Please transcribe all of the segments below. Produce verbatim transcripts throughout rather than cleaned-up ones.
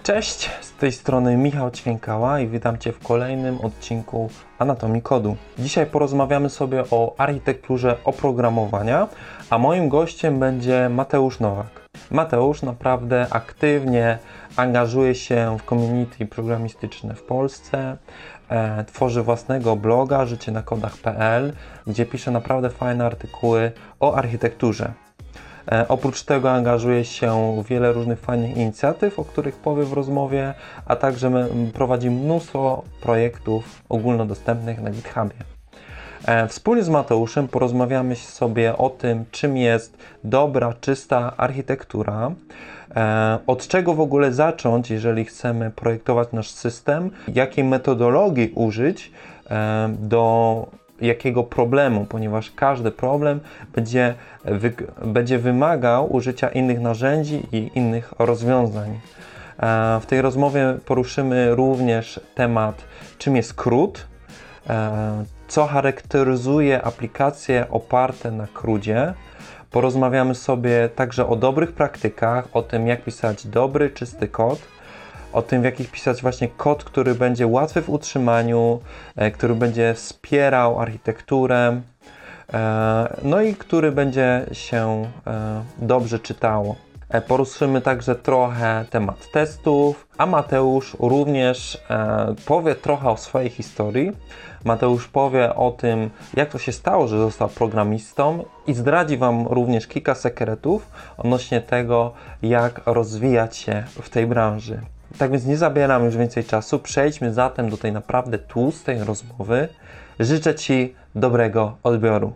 Cześć, z tej strony Michał Ćwiękała i witam Cię w kolejnym odcinku Anatomii Kodu. Dzisiaj porozmawiamy sobie o architekturze oprogramowania, a moim gościem będzie Mateusz Nowak. Mateusz naprawdę aktywnie angażuje się w community programistyczne w Polsce, e, tworzy własnego bloga życie na kodach kropka pe el, gdzie pisze naprawdę fajne artykuły o architekturze. E, oprócz tego angażuje się w wiele różnych fajnych inicjatyw, o których powiem w rozmowie, a także m- prowadzi mnóstwo projektów ogólnodostępnych na GitHubie. E, wspólnie z Mateuszem porozmawiamy sobie o tym, czym jest dobra, czysta architektura, e, od czego w ogóle zacząć, jeżeli chcemy projektować nasz system, jakiej metodologii użyć e, do jakiego problemu, ponieważ każdy problem będzie, wy, będzie wymagał użycia innych narzędzi i innych rozwiązań. E, w tej rozmowie poruszymy również temat, czym jest CRUD, e, co charakteryzuje aplikacje oparte na CRUDzie. Porozmawiamy sobie także o dobrych praktykach, o tym, jak pisać dobry, czysty kod, o tym, w jakich pisać właśnie kod, który będzie łatwy w utrzymaniu, e, który będzie wspierał architekturę, e, no i który będzie się e, dobrze czytało. E, poruszymy także trochę temat testów, a Mateusz również e, powie trochę o swojej historii. Mateusz powie o tym, jak to się stało, że został programistą i zdradzi Wam również kilka sekretów odnośnie tego, jak rozwijać się w tej branży. Tak więc nie zabieram już więcej czasu, przejdźmy zatem do tej naprawdę tłustej rozmowy. Życzę Ci dobrego odbioru.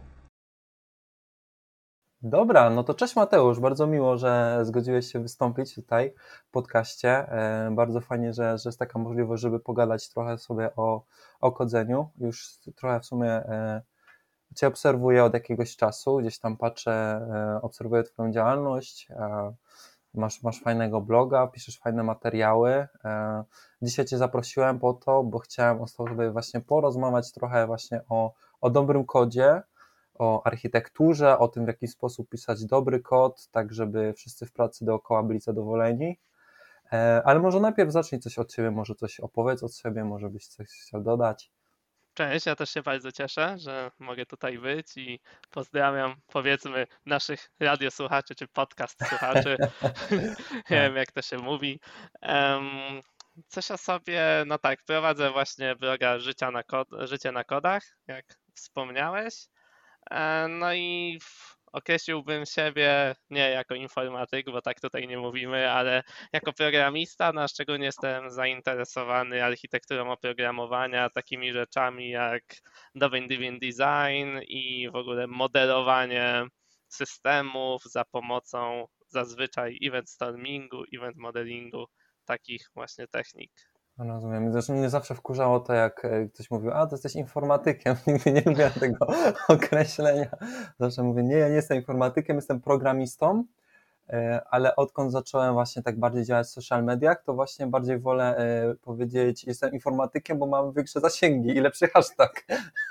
Dobra, no to cześć Mateusz, bardzo miło, że zgodziłeś się wystąpić tutaj w podcaście. E, bardzo fajnie, że, że jest taka możliwość, żeby pogadać trochę sobie o, o kodzeniu. Już trochę w sumie e, Cię obserwuję od jakiegoś czasu, gdzieś tam patrzę, e, obserwuję Twoją działalność. E, Masz, masz fajnego bloga, piszesz fajne materiały. E, dzisiaj Cię zaprosiłem po to, bo chciałem sobie właśnie porozmawiać trochę właśnie o, o dobrym kodzie, o architekturze, o tym, w jaki sposób pisać dobry kod, tak żeby wszyscy w pracy dookoła byli zadowoleni. E, ale może najpierw zacznij coś od Ciebie, może coś opowiedz od siebie, może byś coś chciał dodać. Cześć, ja też się bardzo cieszę, że mogę tutaj być i pozdrawiam, powiedzmy, naszych radiosłuchaczy czy podcast słuchaczy. Nie wiem, jak to się mówi. Um, coś o sobie, no tak, prowadzę właśnie bloga Życia na kod, Życie na kodach, jak wspomniałeś. E, No i w- określiłbym siebie nie jako informatyk, bo tak tutaj nie mówimy, ale jako programista, no a szczególnie jestem zainteresowany architekturą oprogramowania, takimi rzeczami jak domain-driven design i w ogóle modelowanie systemów za pomocą zazwyczaj event stormingu, event modelingu, takich właśnie technik. Rozumiem. Zresztą mnie zawsze wkurzało to, jak e, ktoś mówił, a, to jesteś informatykiem. Nigdy nie lubiłem tego określenia. Zawsze mówię, nie, ja nie jestem informatykiem, jestem programistą, e, ale odkąd zacząłem właśnie tak bardziej działać w social mediach, to właśnie bardziej wolę e, powiedzieć, jestem informatykiem, bo mam większe zasięgi i lepszy hashtag.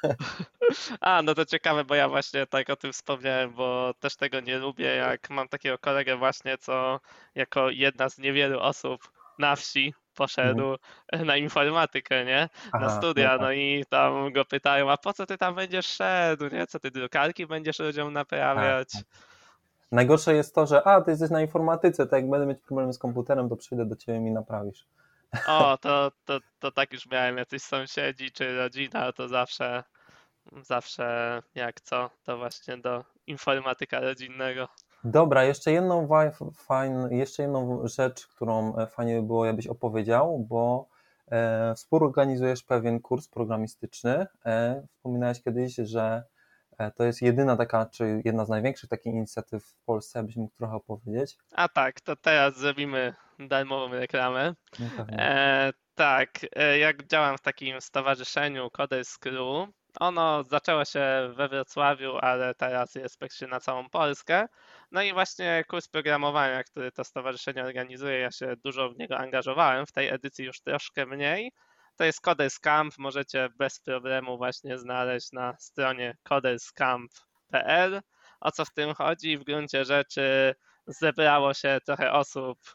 A, no to ciekawe, bo ja właśnie tak o tym wspomniałem, bo też tego nie lubię, jak mam takiego kolegę właśnie, co jako jedna z niewielu osób na wsi Mhm. poszedł na informatykę, nie? Na Aha, no studia, tak. no i tam go pytają, a po co ty tam będziesz szedł, nie? Co ty drukarki będziesz ludziom Tak. naprawiać? Najgorsze jest to, że a, ty jesteś na informatyce, to jak będę mieć problem z komputerem, to przyjdę do ciebie i mi naprawisz. O, to, to, to tak już miałem, jacyś sąsiedzi czy rodzina, to zawsze, zawsze jak co, to właśnie do informatyka rodzinnego. Dobra, jeszcze jedną, wa- fajn, jeszcze jedną rzecz, którą e, fajnie by było, jakbyś opowiedział, bo e, współorganizujesz pewien kurs programistyczny. E, wspominałeś kiedyś, że e, to jest jedyna taka, czy jedna z największych takich inicjatyw w Polsce, abyś mógł trochę opowiedzieć. A tak, to teraz zrobimy darmową reklamę. No pewnie. E, tak, e, jak działam w takim stowarzyszeniu Coders Crew, ono zaczęło się we Wrocławiu, ale teraz jest praktycznie na całą Polskę. No i właśnie kurs programowania, który to stowarzyszenie organizuje, ja się dużo w niego angażowałem, w tej edycji już troszkę mniej. To jest Coders Camp, możecie bez problemu właśnie znaleźć na stronie coderscamp kropka pe el. O co w tym chodzi? W gruncie rzeczy zebrało się trochę osób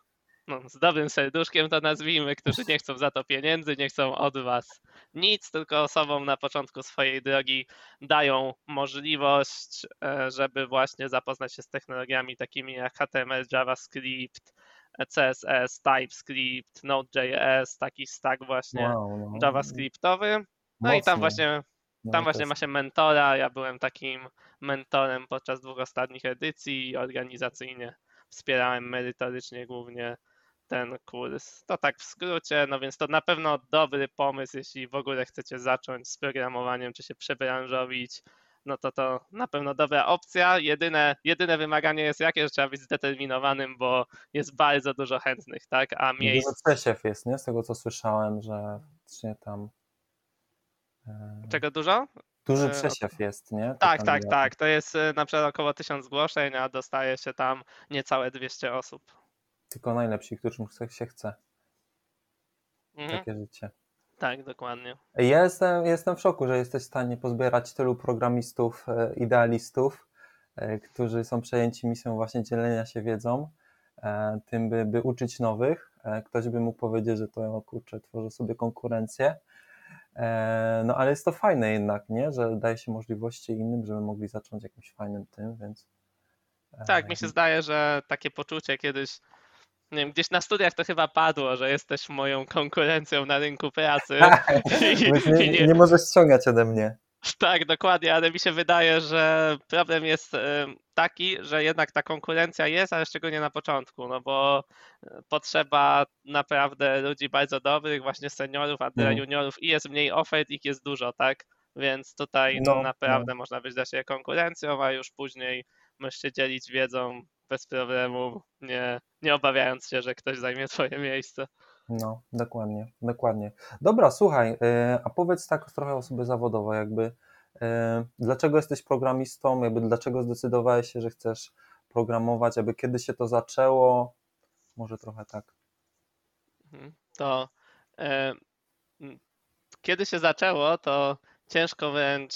no, z dobrym serduszkiem to nazwijmy, którzy nie chcą za to pieniędzy, nie chcą od was nic, tylko osobom na początku swojej drogi dają możliwość, e, żeby właśnie zapoznać się z technologiami takimi jak H T M L, JavaScript, C S S, TypeScript, Node.js, taki stack właśnie Wow, no, JavaScriptowy. No i tam mocno. właśnie, tam No, to właśnie ma jest, się mentora. Ja byłem takim mentorem podczas dwóch ostatnich edycji i organizacyjnie wspierałem merytorycznie głównie ten kurs. To tak w skrócie, no więc to na pewno dobry pomysł, jeśli w ogóle chcecie zacząć z programowaniem, czy się przebranżowić, no to to na pewno dobra opcja. Jedyne, jedyne wymaganie jest jakie, że trzeba być zdeterminowanym, bo jest bardzo dużo chętnych, tak? A duży miejsc. przesiew jest, nie? Z tego co słyszałem, że faktycznie tam e, Czego dużo? duży E, przesiew jest, nie? Tych Tak, tak, kandydatów. tak. To jest e, na przykład około tysiąc zgłoszeń, a dostaje się tam niecałe dwieście osób. Tylko najlepsi, którym chce- się chce. Mhm. Takie życie. Tak, dokładnie. Ja jestem, jestem w szoku, że jesteś w stanie pozbierać tylu programistów, e, idealistów, e, którzy są przejęci misją właśnie dzielenia się wiedzą, e, tym, by, by uczyć nowych. E, Ktoś by mógł powiedzieć, że to, o kurczę, tworzy sobie konkurencję. E, No ale jest to fajne jednak, nie? Że daje się możliwości innym, żeby mogli zacząć jakimś fajnym tym, więc Tak, mi e, się zdaje, że takie poczucie kiedyś, nie wiem, gdzieś na studiach to chyba padło, że jesteś moją konkurencją na rynku pracy i, więc i nie, nie, nie możesz ściągać ode mnie. tak, dokładnie, ale mi się wydaje, że problem jest e, taki, że jednak ta konkurencja jest, ale szczególnie na początku, no bo e, potrzeba naprawdę ludzi bardzo dobrych, właśnie seniorów, a dla Mhm. juniorów i jest mniej ofert, ich jest dużo, tak? Więc tutaj No, no. naprawdę można być dla siebie konkurencją, a już później możesz się dzielić wiedzą bez problemu, nie, nie obawiając się, że ktoś zajmie twoje miejsce. No, dokładnie, dokładnie. Dobra, słuchaj, y, a powiedz tak trochę o sobie zawodowo, jakby y, dlaczego jesteś programistą, jakby dlaczego zdecydowałeś się, że chcesz programować, jakby kiedy się to zaczęło, może trochę tak. Mhm. To e, m, kiedy się zaczęło, to ciężko wręcz,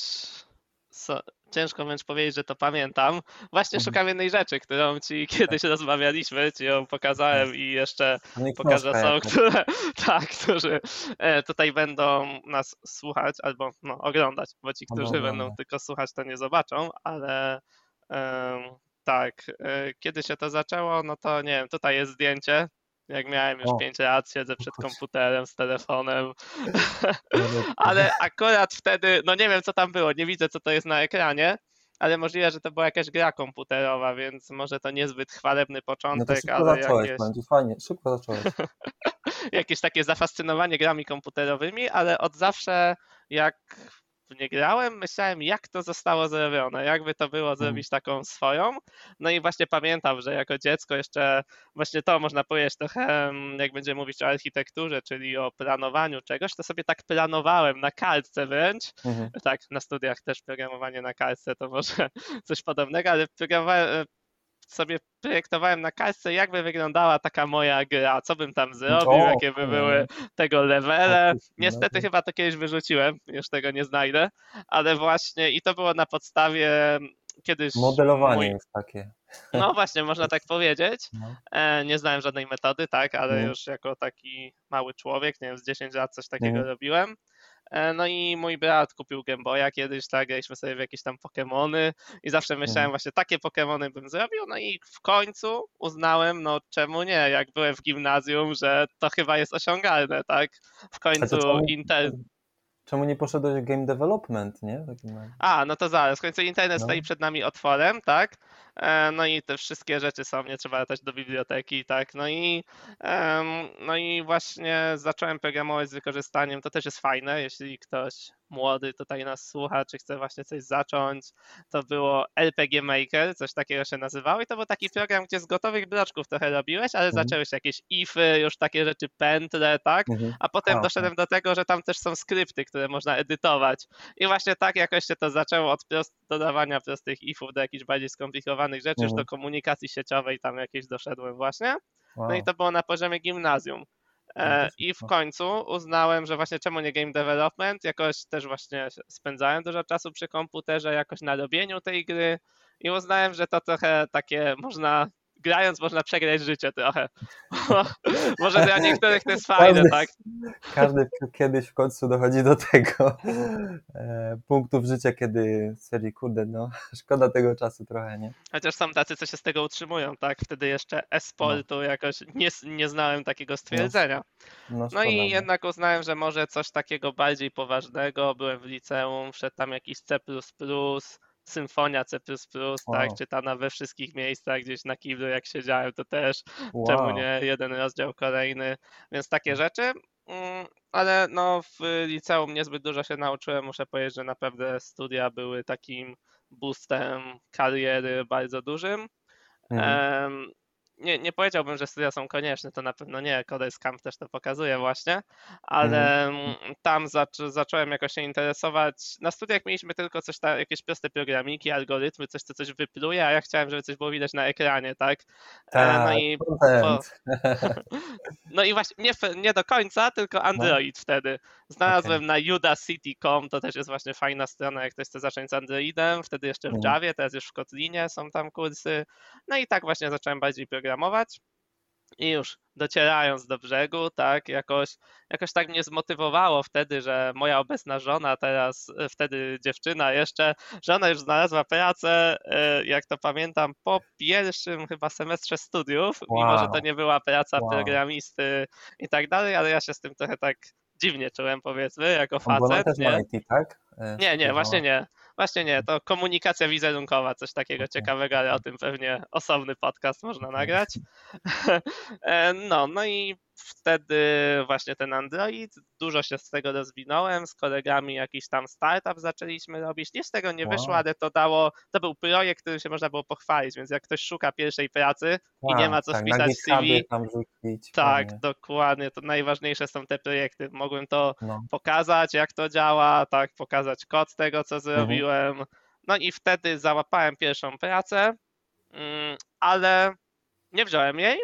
so, ciężko wręcz powiedzieć, że to pamiętam. Właśnie Mhm. szukam jednej rzeczy, którą ci kiedyś rozmawialiśmy, ci ją pokazałem i jeszcze Pewnie pokażę książka osobom, jakaś. które, tak, którzy e, tutaj będą nas słuchać albo no, oglądać, bo ci, Albo którzy będą ogląda. tylko słuchać, to nie zobaczą, ale em, tak, e, kiedy się to zaczęło, no to nie wiem, tutaj jest zdjęcie. Jak miałem już O, pięć lat, siedzę przed chodź. komputerem z telefonem, Malutki. ale akurat wtedy, no nie wiem co tam było, nie widzę co to jest na ekranie, ale możliwe, że to była jakaś gra komputerowa, więc może to niezbyt chwalebny No to początek, szybko ale zacząłeś, jakieś, powiem ci, fajnie, szybko zacząłeś. jakieś takie zafascynowanie grami komputerowymi, ale od zawsze jak w nie grałem, myślałem jak to zostało zrobione, jakby to było Mhm. zrobić taką swoją. No i właśnie pamiętam, że jako dziecko jeszcze właśnie to można powiedzieć trochę, mm, jak będziemy mówić o architekturze, czyli o planowaniu czegoś, to sobie tak planowałem na kartce wręcz. Mhm. Tak, na studiach też programowanie na kartce to może coś podobnego, ale programowałem, sobie projektowałem na kartce, jakby wyglądała taka moja gra, co bym tam zrobił, O, jakie by fajnie, no. były tego levele. Faktycznie, no Niestety to chyba to kiedyś wyrzuciłem, już tego nie znajdę, ale właśnie i to było na podstawie kiedyś modelowanie mój, jest takie. no właśnie, można tak powiedzieć. No. E, Nie znałem żadnej metody, tak, ale Mhm. już jako taki mały człowiek, nie wiem, z dziesięć lat coś takiego Mhm. robiłem. E, No i mój brat kupił Game Boya kiedyś, tak, graliśmy sobie w jakieś tam Pokemony i zawsze myślałem Mhm. właśnie takie Pokemony bym zrobił, no i w końcu uznałem, no czemu nie, jak byłem w gimnazjum, że to chyba jest osiągalne, tak, w A to końcu czemu, Intel, czemu nie poszedłeś w game development, nie? W takim razie. a, no to zaraz, w końcu internet No. stoi przed nami otworem, tak? E, No i te wszystkie rzeczy są, nie trzeba latać do biblioteki, tak? No i, em, no i właśnie zacząłem programować z wykorzystaniem, to też jest fajne, jeśli ktoś młody tutaj nas słucha, czy chce właśnie coś zacząć, to było L P G Maker, coś takiego się nazywało i to był taki program, gdzie z gotowych bloczków trochę robiłeś, ale Mhm. zaczęły się jakieś ify, już takie rzeczy, pętle, tak? Mhm. A potem A, doszedłem do tego, że tam też są skrypty, które można edytować. I właśnie tak jakoś się to zaczęło od prost, dodawania prostych ifów do jakichś bardziej skomplikowanych rzeczy, już Mhm. do komunikacji sieciowej tam jakieś doszedłem właśnie. No i Wow. to było na poziomie gimnazjum. No E, to I w super. końcu uznałem, że właśnie czemu nie game development, jakoś też właśnie spędzałem dużo czasu przy komputerze, jakoś na robieniu tej gry i uznałem, że to trochę takie można grając można przegrać życie trochę. Może dla niektórych to jest fajne, Każdy, tak? każdy kiedyś w końcu dochodzi do tego e, punktu w życiu, kiedy stwierdzi, kurde, no szkoda tego czasu trochę, nie? Chociaż są tacy, co się z tego utrzymują, tak? Wtedy jeszcze No, e-sportu jakoś nie, nie znałem takiego no, stwierdzenia. no No szkoda, i no. jednak uznałem, że może coś takiego bardziej poważnego. Byłem w liceum, wszedł tam jakiś C plus plus, Symfonia C plus plus, tak, Wow, czytana we wszystkich miejscach, gdzieś na kiblu jak siedziałem, to też, czemu wow. nie, jeden rozdział kolejny, więc takie rzeczy. Mm, Ale no w liceum niezbyt dużo się nauczyłem, muszę powiedzieć, że naprawdę studia były takim boostem kariery bardzo dużym. Mhm. Em, Nie, nie powiedziałbym, że studia są konieczne, to na pewno nie, Codex Camp też to pokazuje właśnie, Mhm. ale mm, tam zac- zacząłem jakoś się interesować. Na studiach mieliśmy tylko coś tam, jakieś proste programiki, algorytmy, coś, co coś wypluje, a ja chciałem, żeby coś było widać na ekranie, tak? E, No Tak, i po, content. no i właśnie nie, fe- nie do końca, tylko No, Android wtedy. okej. Znalazłem na udacity kropka com, to też jest właśnie fajna strona, jak ktoś chce zacząć z Androidem, wtedy jeszcze w Mhm. Javie, teraz już w Kotlinie są tam kursy. No i tak właśnie zacząłem bardziej programować. I już docierając do brzegu, tak, jakoś, jakoś tak mnie zmotywowało wtedy, że moja obecna żona, teraz e, wtedy dziewczyna jeszcze, że ona już znalazła pracę, e, jak to pamiętam, po pierwszym chyba semestrze studiów, mimo że to Wow, nie była praca wow. programisty i tak dalej, ale ja się z tym trochę tak dziwnie czułem, powiedzmy, jako Bo ona facet, też ma nie? I T, tak? E, Nie, nie, właśnie Studiowała. nie. Właśnie nie, to komunikacja wizerunkowa, coś takiego Okej, ciekawego, ale o tym pewnie osobny podcast można okej. nagrać. E, No, no i wtedy właśnie ten Android, dużo się z tego rozwinąłem, z kolegami jakiś tam startup zaczęliśmy robić, nic z tego nie wyszło, Wow, ale to dało, to był projekt, którym się można było pochwalić, więc jak ktoś szuka pierwszej pracy i nie wow, ma co tak, na wpisać w GitHubie C V, tam rzucić, tak, pewnie. dokładnie, to najważniejsze są te projekty. Mogłem to No. pokazać, jak to działa, tak, pokazać kod tego, co Mhm. zrobiłem. No i wtedy załapałem pierwszą pracę, mm, ale nie wziąłem jej,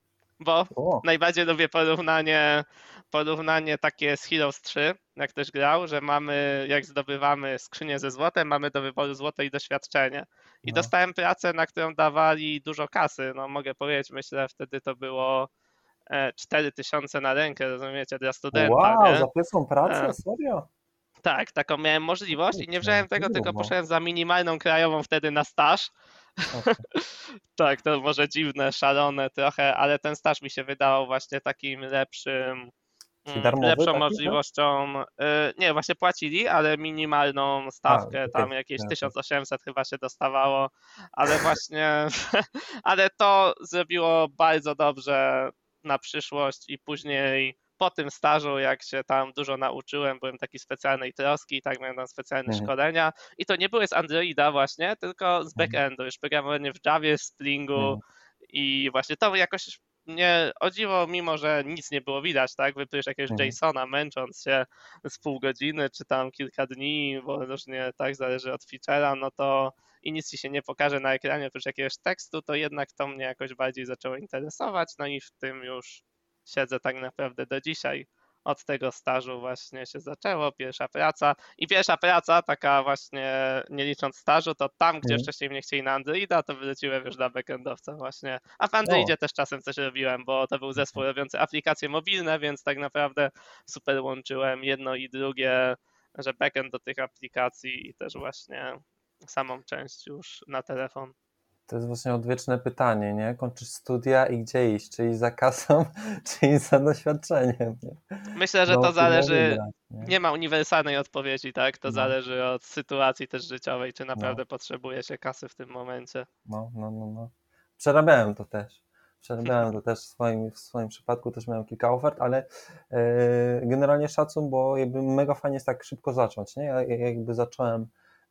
bo O, najbardziej lubię porównanie, porównanie takie z Heroes trzy, jak ktoś grał, że mamy, jak zdobywamy skrzynię ze złotem, mamy do wyboru złoto i doświadczenie. I no. dostałem pracę, na którą dawali dużo kasy. No mogę powiedzieć, myślę, wtedy to było e, cztery tysiące na rękę, rozumiecie, dla studenta, Wow, nie? za pierwszą pracę? E, Serio? tak, taką miałem możliwość i nie Kurczę, wziąłem tego, tylko grubo. poszedłem za minimalną krajową wtedy na staż. Okej. Tak, to może dziwne, szalone trochę, ale ten staż mi się wydawał właśnie takim lepszym, Czyli mm, darmowy lepszą taki, tak? możliwością. y, Nie, właśnie płacili, ale minimalną A, stawkę, okej, tam jakieś okej, okej. tysiąc osiemset chyba się dostawało, ale właśnie, ale to zrobiło bardzo dobrze na przyszłość i później po tym stażu, jak się tam dużo nauczyłem, byłem taki specjalnej troski, tak miałem tam specjalne Mhm. szkolenia i to nie były z Androida właśnie, tylko z Mhm. backendu, już programowanie w Javie, Springu Mhm. i właśnie to jakoś mnie o dziwo, mimo że nic nie było widać, tak, wypiszesz jakiegoś Mhm. JSONa męcząc się z pół godziny, czy tam kilka dni, bo różnie, tak, zależy od feature'a, no to i nic ci się nie pokaże na ekranie oprócz jakiegoś tekstu, to jednak to mnie jakoś bardziej zaczęło interesować, no i w tym już siedzę tak naprawdę do dzisiaj. Od tego stażu właśnie się zaczęło, pierwsza praca. I pierwsza praca, taka właśnie nie licząc stażu, to tam, gdzie Mhm. wcześniej mnie chcieli na Androida, to wróciłem już na backendowca właśnie. A w O, Androidzie też czasem coś robiłem, bo to był zespół robiący aplikacje mobilne, więc tak naprawdę super łączyłem jedno i drugie, że backend do tych aplikacji i też właśnie samą część już na telefon. to jest właśnie odwieczne pytanie, nie? Kończysz studia i gdzie iść? Czy iść za kasą, czy iść za doświadczeniem, nie? Myślę, że No, to chyba zależy, wybrać, nie? nie ma uniwersalnej odpowiedzi, tak? To No, zależy od sytuacji też życiowej, czy no, naprawdę potrzebuje się kasy w tym momencie. no, no, no, no. Przerabiałem to też. Przerabiałem to też w swoim, w swoim przypadku, też miałem kilka ofert, ale e, generalnie szacun, bo jakby mega fajnie jest tak szybko zacząć, nie? Ja, ja jakby zacząłem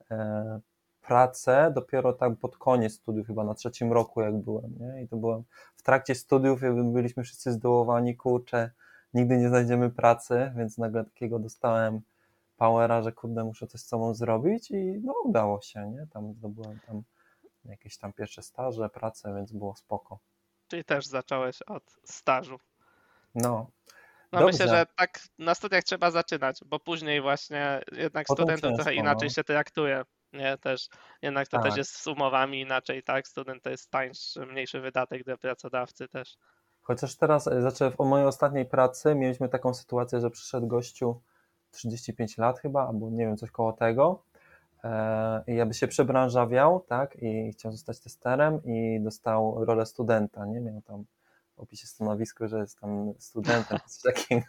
e, pracę dopiero tak pod koniec studiów, chyba na trzecim roku jak byłem, nie? I to byłem w trakcie studiów, jakby byliśmy wszyscy zdołowani, kurczę, nigdy nie znajdziemy pracy, więc nagle takiego dostałem powera, że kurde, muszę coś z sobą zrobić i no udało się, nie? Tam zdobyłem tam jakieś tam pierwsze staże, pracę, więc było spoko. Czyli też zacząłeś od stażu. No, No myślę, dobrze, że tak na studiach trzeba zaczynać, bo później właśnie jednak potem studentów trochę ciężko, inaczej no. się traktuje. Nie, też jednak to też Tak. jest z umowami inaczej, tak? Student to jest tańszy, mniejszy wydatek dla pracodawcy też. Chociaż teraz, e, znaczy w mojej ostatniej pracy mieliśmy taką sytuację, że przyszedł gościu trzydzieści pięć lat chyba, albo nie wiem, coś koło tego, e, i jakby się przebranżawiał, tak, i chciał zostać testerem i dostał rolę studenta, nie? Miał tam w opisie stanowisko, że jest tam studentem, coś takiego.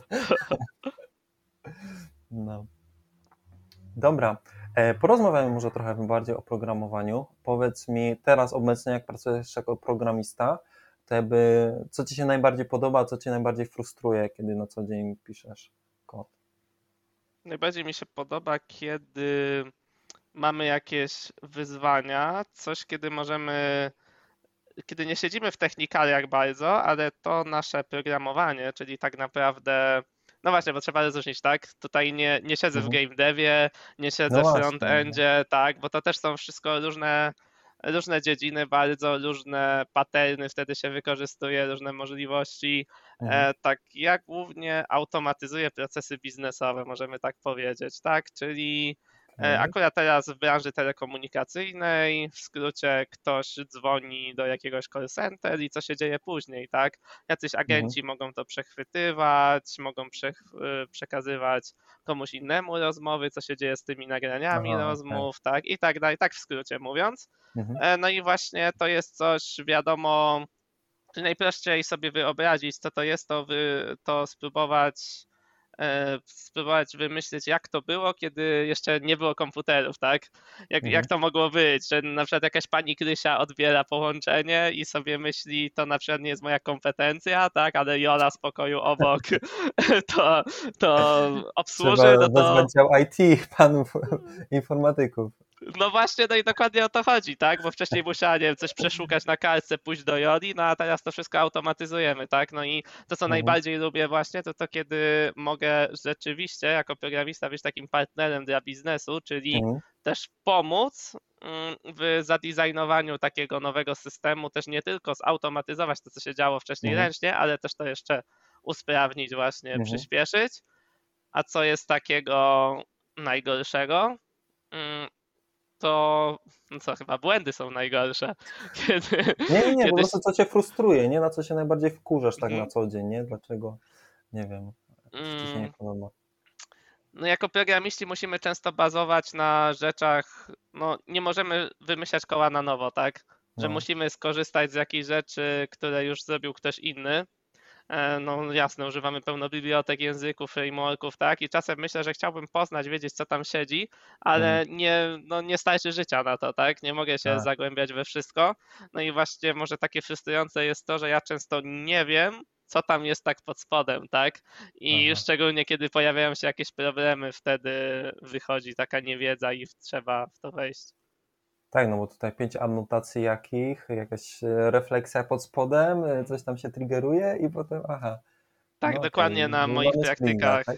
No. Dobra, e, porozmawiamy może trochę bardziej o programowaniu. Powiedz mi teraz obecnie, jak pracujesz jako programista, to jakby, co Ci się najbardziej podoba, co Cię najbardziej frustruje, kiedy na co dzień piszesz kod? Najbardziej mi się podoba, kiedy mamy jakieś wyzwania, coś, kiedy możemy, kiedy nie siedzimy w technikaliach bardzo, ale to nasze programowanie, czyli tak naprawdę, no właśnie, bo trzeba rozróżnić, tak? Tutaj nie, nie siedzę w Mhm. game devie, nie No siedzę w właśnie. front-endzie, tak? Bo to też są wszystko różne, różne dziedziny, bardzo różne paterny wtedy się wykorzystuje, różne możliwości. Mhm. E, tak, ja głównie automatyzuję procesy biznesowe, możemy tak powiedzieć, tak? Czyli E, Okej. Akurat teraz w branży telekomunikacyjnej, w skrócie ktoś dzwoni do jakiegoś call center i co się dzieje później, tak? Jacyś Mhm. agenci mogą to przechwytywać, mogą przech, y, przekazywać komuś innemu rozmowy, co się dzieje z tymi nagraniami Aha, okej. rozmów, tak? I tak dalej, tak w skrócie mówiąc. Mhm. E, No i właśnie to jest coś, wiadomo, że najprościej sobie wyobrazić, co to jest, to, wy, to spróbować e, spróbować wymyślić, jak to było, kiedy jeszcze nie było komputerów, tak? Jak, Mhm. jak to mogło być, że na przykład jakaś pani Krysia odbiera połączenie i sobie myśli, to na przykład nie jest moja kompetencja, tak? Ale Jola z pokoju obok to, to obsłuży, Trzeba no to wezwać dział I T, panów informatyków. no właśnie, no i dokładnie o to chodzi, tak? Bo wcześniej musiała, nie wiem, coś przeszukać na kartce, pójść do Joli, no a teraz to wszystko automatyzujemy, tak? No i to, co Mhm. najbardziej lubię właśnie, to to, kiedy mogę rzeczywiście jako programista być takim partnerem dla biznesu, czyli Mhm. też pomóc mm, w zadesignowaniu takiego nowego systemu, też nie tylko zautomatyzować to, co się działo wcześniej Mhm. ręcznie, ale też to jeszcze usprawnić, właśnie Mhm. przyspieszyć. A co jest takiego najgorszego? Mm, to no co, chyba błędy są najgorsze. Kiedy, Nie, nie, nie, po kiedyś, prostu co Cię frustruje, nie? Na co się najbardziej wkurzasz tak na mhm, co dzień, nie? Dlaczego, nie wiem, co Ci się nie mm, podoba. no jako programiści musimy często bazować na rzeczach, no nie możemy wymyślać koła na nowo, tak? Że No. musimy skorzystać z jakichś rzeczy, które już zrobił ktoś inny. E, No jasne, używamy pełno bibliotek, języków, frameworków, tak? I czasem myślę, że chciałbym poznać, wiedzieć, co tam siedzi, Mhm. ale nie, no nie starczy życia na to, tak? Nie mogę się Tak. zagłębiać we wszystko. No i właśnie może takie frustrujące jest to, że ja często nie wiem, co tam jest tak pod spodem, tak? I Aha. szczególnie kiedy pojawiają się jakieś problemy, wtedy wychodzi taka niewiedza i trzeba w to wejść. Tak, no bo tutaj pięć anotacji jakich, jakaś e, refleksja pod spodem, e, coś tam się triggeruje i potem, aha, Tak, no okej, dokładnie na okay. moich Mamy Springa, praktykach. tak?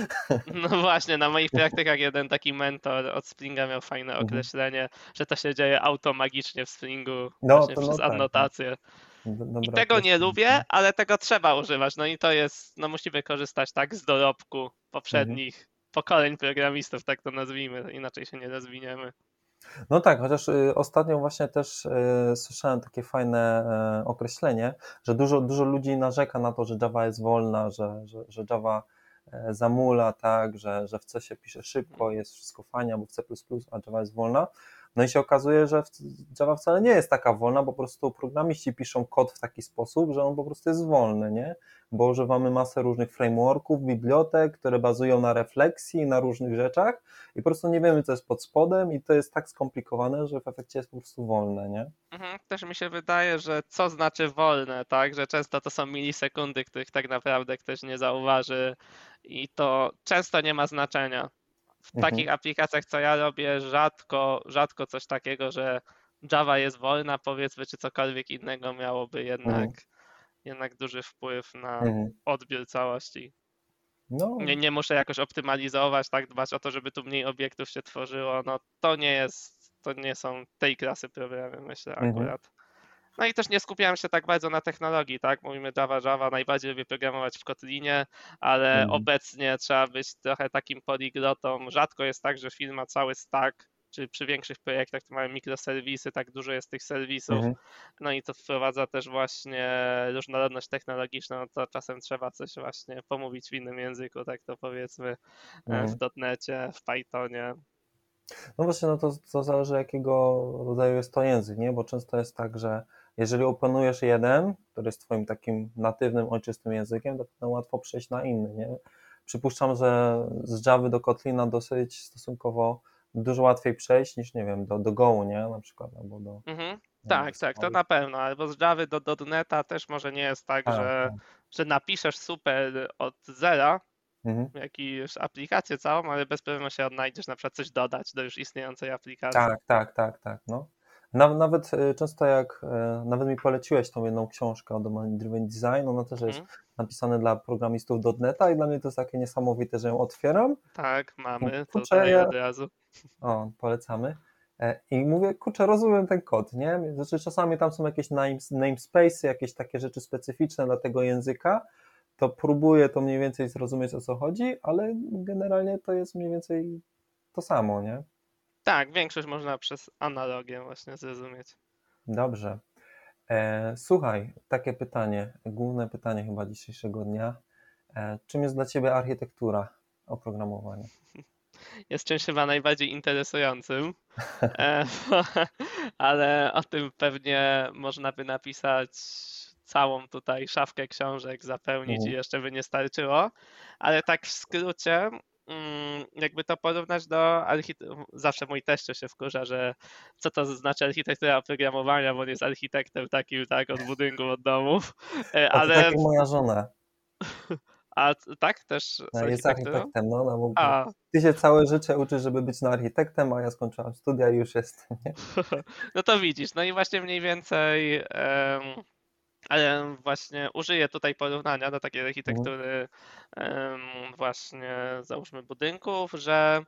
No właśnie, na moich praktykach jeden taki mentor od Springa miał fajne Mhm. określenie, że to się dzieje automagicznie w Springu No właśnie to no przez tak, no. annotację. D- I Dobre tego nie określenie. lubię, ale tego trzeba używać. No i to jest, no musimy korzystać tak z dorobku Mhm. poprzednich pokoleń programistów, tak to nazwijmy, inaczej się nie rozwiniemy. No tak, chociaż y, ostatnio właśnie też y, słyszałem takie fajne y, określenie, że dużo, dużo ludzi narzeka na to, że Java jest wolna, że, że, że Java e, zamula, tak, że, że w C się pisze szybko, jest wszystko fajnie, albo w C plus plus, a Java jest wolna. No i się okazuje, że w- Java wcale nie jest taka wolna, bo po prostu programiści piszą kod w taki sposób, że on po prostu jest wolny, nie? Bo używamy masę różnych frameworków, bibliotek, które bazują na refleksji, na różnych rzeczach i po prostu nie wiemy, co jest pod spodem i to jest tak skomplikowane, że w efekcie jest po prostu wolne, nie? Mhm, też mi się wydaje, że co znaczy wolne, tak? Że często to są milisekundy, których tak naprawdę ktoś nie zauważy i to często nie ma znaczenia. W Mhm, takich aplikacjach, co ja robię, rzadko, rzadko coś takiego, że Java jest wolna, powiedzmy, czy cokolwiek innego miałoby jednak, mhm, jednak duży wpływ na mhm. odbiór całości. No, Nie, nie muszę jakoś optymalizować, tak, dbać o to, żeby tu mniej obiektów się tworzyło. No to nie jest, to nie są tej klasy problemy, myślę mhm, akurat. No i też nie skupiałem się tak bardzo na technologii, tak? Mówimy Java, Java, najbardziej lubię programować w Kotlinie, ale mhm, obecnie trzeba być trochę takim poliglotą. Rzadko jest tak, że firma cały stack czy przy większych projektach to mamy mikroserwisy, tak dużo jest tych serwisów, Mhm. no i to wprowadza też właśnie różnorodność technologiczną, no to czasem trzeba coś właśnie pomówić w innym języku, tak to powiedzmy w Mhm. dotnecie, w Pythonie. No właśnie, no to, to zależy jakiego rodzaju jest to język, nie? Bo często jest tak, że jeżeli opanujesz jeden, który jest twoim takim natywnym, ojczystym językiem, to potem łatwo przejść na inny, nie? Przypuszczam, że z Javy do Kotlina dosyć stosunkowo dużo łatwiej przejść niż, nie wiem, do, do Go, nie? Na przykład, albo do, Mhm. nie wiem, do Tak, tak, to Scala. na pewno, albo z Javy do dotneta też może nie jest tak, Tak, że, tak. że napiszesz super od zera, Mhm. jakąś aplikację całą, ale bez problemu się odnajdziesz na przykład coś dodać do już istniejącej aplikacji. Tak, tak, tak, tak, no. Naw- Nawet e, często jak, e, nawet mi poleciłeś tą jedną książkę o Domain Driven Design, ona też jest Mhm. napisana dla programistów dotneta i dla mnie to jest takie niesamowite, że ją otwieram. Tak, No, mamy kurczę, tutaj ja, od razu. o, polecamy. E, I mówię, kurczę, rozumiem ten kod, nie? Znaczy czasami tam są jakieś names- namespace'y, jakieś takie rzeczy specyficzne dla tego języka, to próbuję to mniej więcej zrozumieć, o co chodzi, ale generalnie to jest mniej więcej to samo, nie? Tak, większość można przez analogię właśnie zrozumieć. Dobrze. E, słuchaj, takie pytanie, główne pytanie chyba dzisiejszego dnia. E, czym jest dla Ciebie architektura oprogramowania? Jest czymś chyba najbardziej interesującym, e, ale o tym pewnie można by napisać całą tutaj szafkę książek, zapełnić i Mhm. jeszcze by nie starczyło, ale tak w skrócie, mm, jakby to porównać do architektury, zawsze mój teściu się wkurza, że co to znaczy architektura oprogramowania, bo on jest architektem takim, tak, od budynków, od domów, e, A to tak ale, jak moja żona a tak, też z e, jest architekturą? architektem, no, no bo A, Ty się całe życie uczysz, żeby być no architektem, a ja skończyłam studia i już jestem, nie? no to widzisz, no i właśnie mniej więcej, em, ale właśnie użyję tutaj porównania do takiej Mhm. architektury em, właśnie załóżmy budynków, że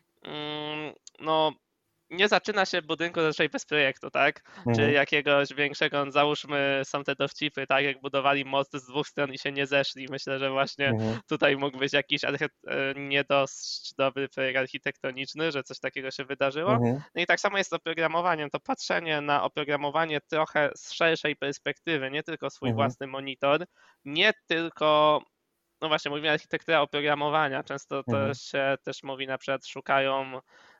mm, no nie zaczyna się budynku zazwyczaj bez projektu, tak? Czy Mhm. jakiegoś większego, załóżmy są te dowcipy, tak? Jak budowali most z dwóch stron i się nie zeszli. Myślę, że właśnie Mhm. tutaj mógł być jakiś archi- e, nie dość dobry projekt architektoniczny, że coś takiego się wydarzyło. Mhm. No i tak samo jest z oprogramowaniem. To patrzenie na oprogramowanie trochę z szerszej perspektywy, nie tylko swój Mhm. własny monitor, nie tylko no właśnie, mówimy architektura oprogramowania. Często to Mhm. się też mówi, na przykład szukają,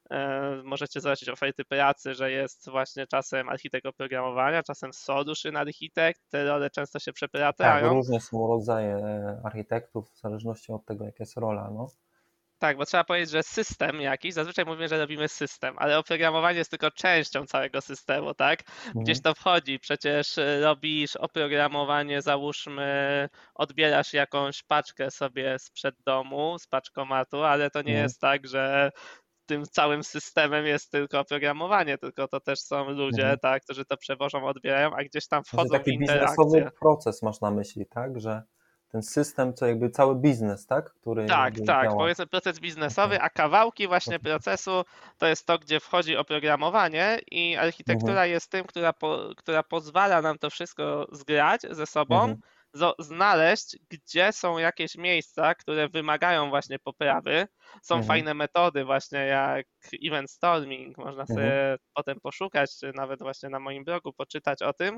e, możecie zobaczyć oferty pracy, że jest właśnie czasem architekt oprogramowania, czasem solution architekt, te role często się Tak, przeplatają. różne są rodzaje e, architektów w zależności od tego, jaka jest rola, no. Tak, bo trzeba powiedzieć, że system jakiś, zazwyczaj mówimy, że robimy system, ale oprogramowanie jest tylko częścią całego systemu, tak? Gdzieś Mhm. to wchodzi, przecież y, robisz oprogramowanie, załóżmy, odbierasz jakąś paczkę sobie sprzed domu, z paczkomatu, ale to nie Mhm. jest tak, że tym całym systemem jest tylko oprogramowanie, tylko to też są ludzie, Mhm. tak, którzy to przewożą, odbierają, a gdzieś tam Znaczy wchodzą w taki biznesowy interakcję. proces masz na myśli, tak? Że ten system, to jakby cały biznes, tak? Który Tak, jakby tak, działa. powiedzmy proces Okej. biznesowy, a kawałki właśnie Okay. procesu to jest to, gdzie wchodzi oprogramowanie i Mhm. architektura jest tym, która, po, która pozwala nam to wszystko zgrać ze sobą, Mhm. zo- znaleźć, gdzie są jakieś miejsca, które wymagają właśnie poprawy. Są Mhm. fajne metody właśnie jak event storming, można Mhm. sobie potem poszukać, czy nawet właśnie na moim blogu poczytać o tym,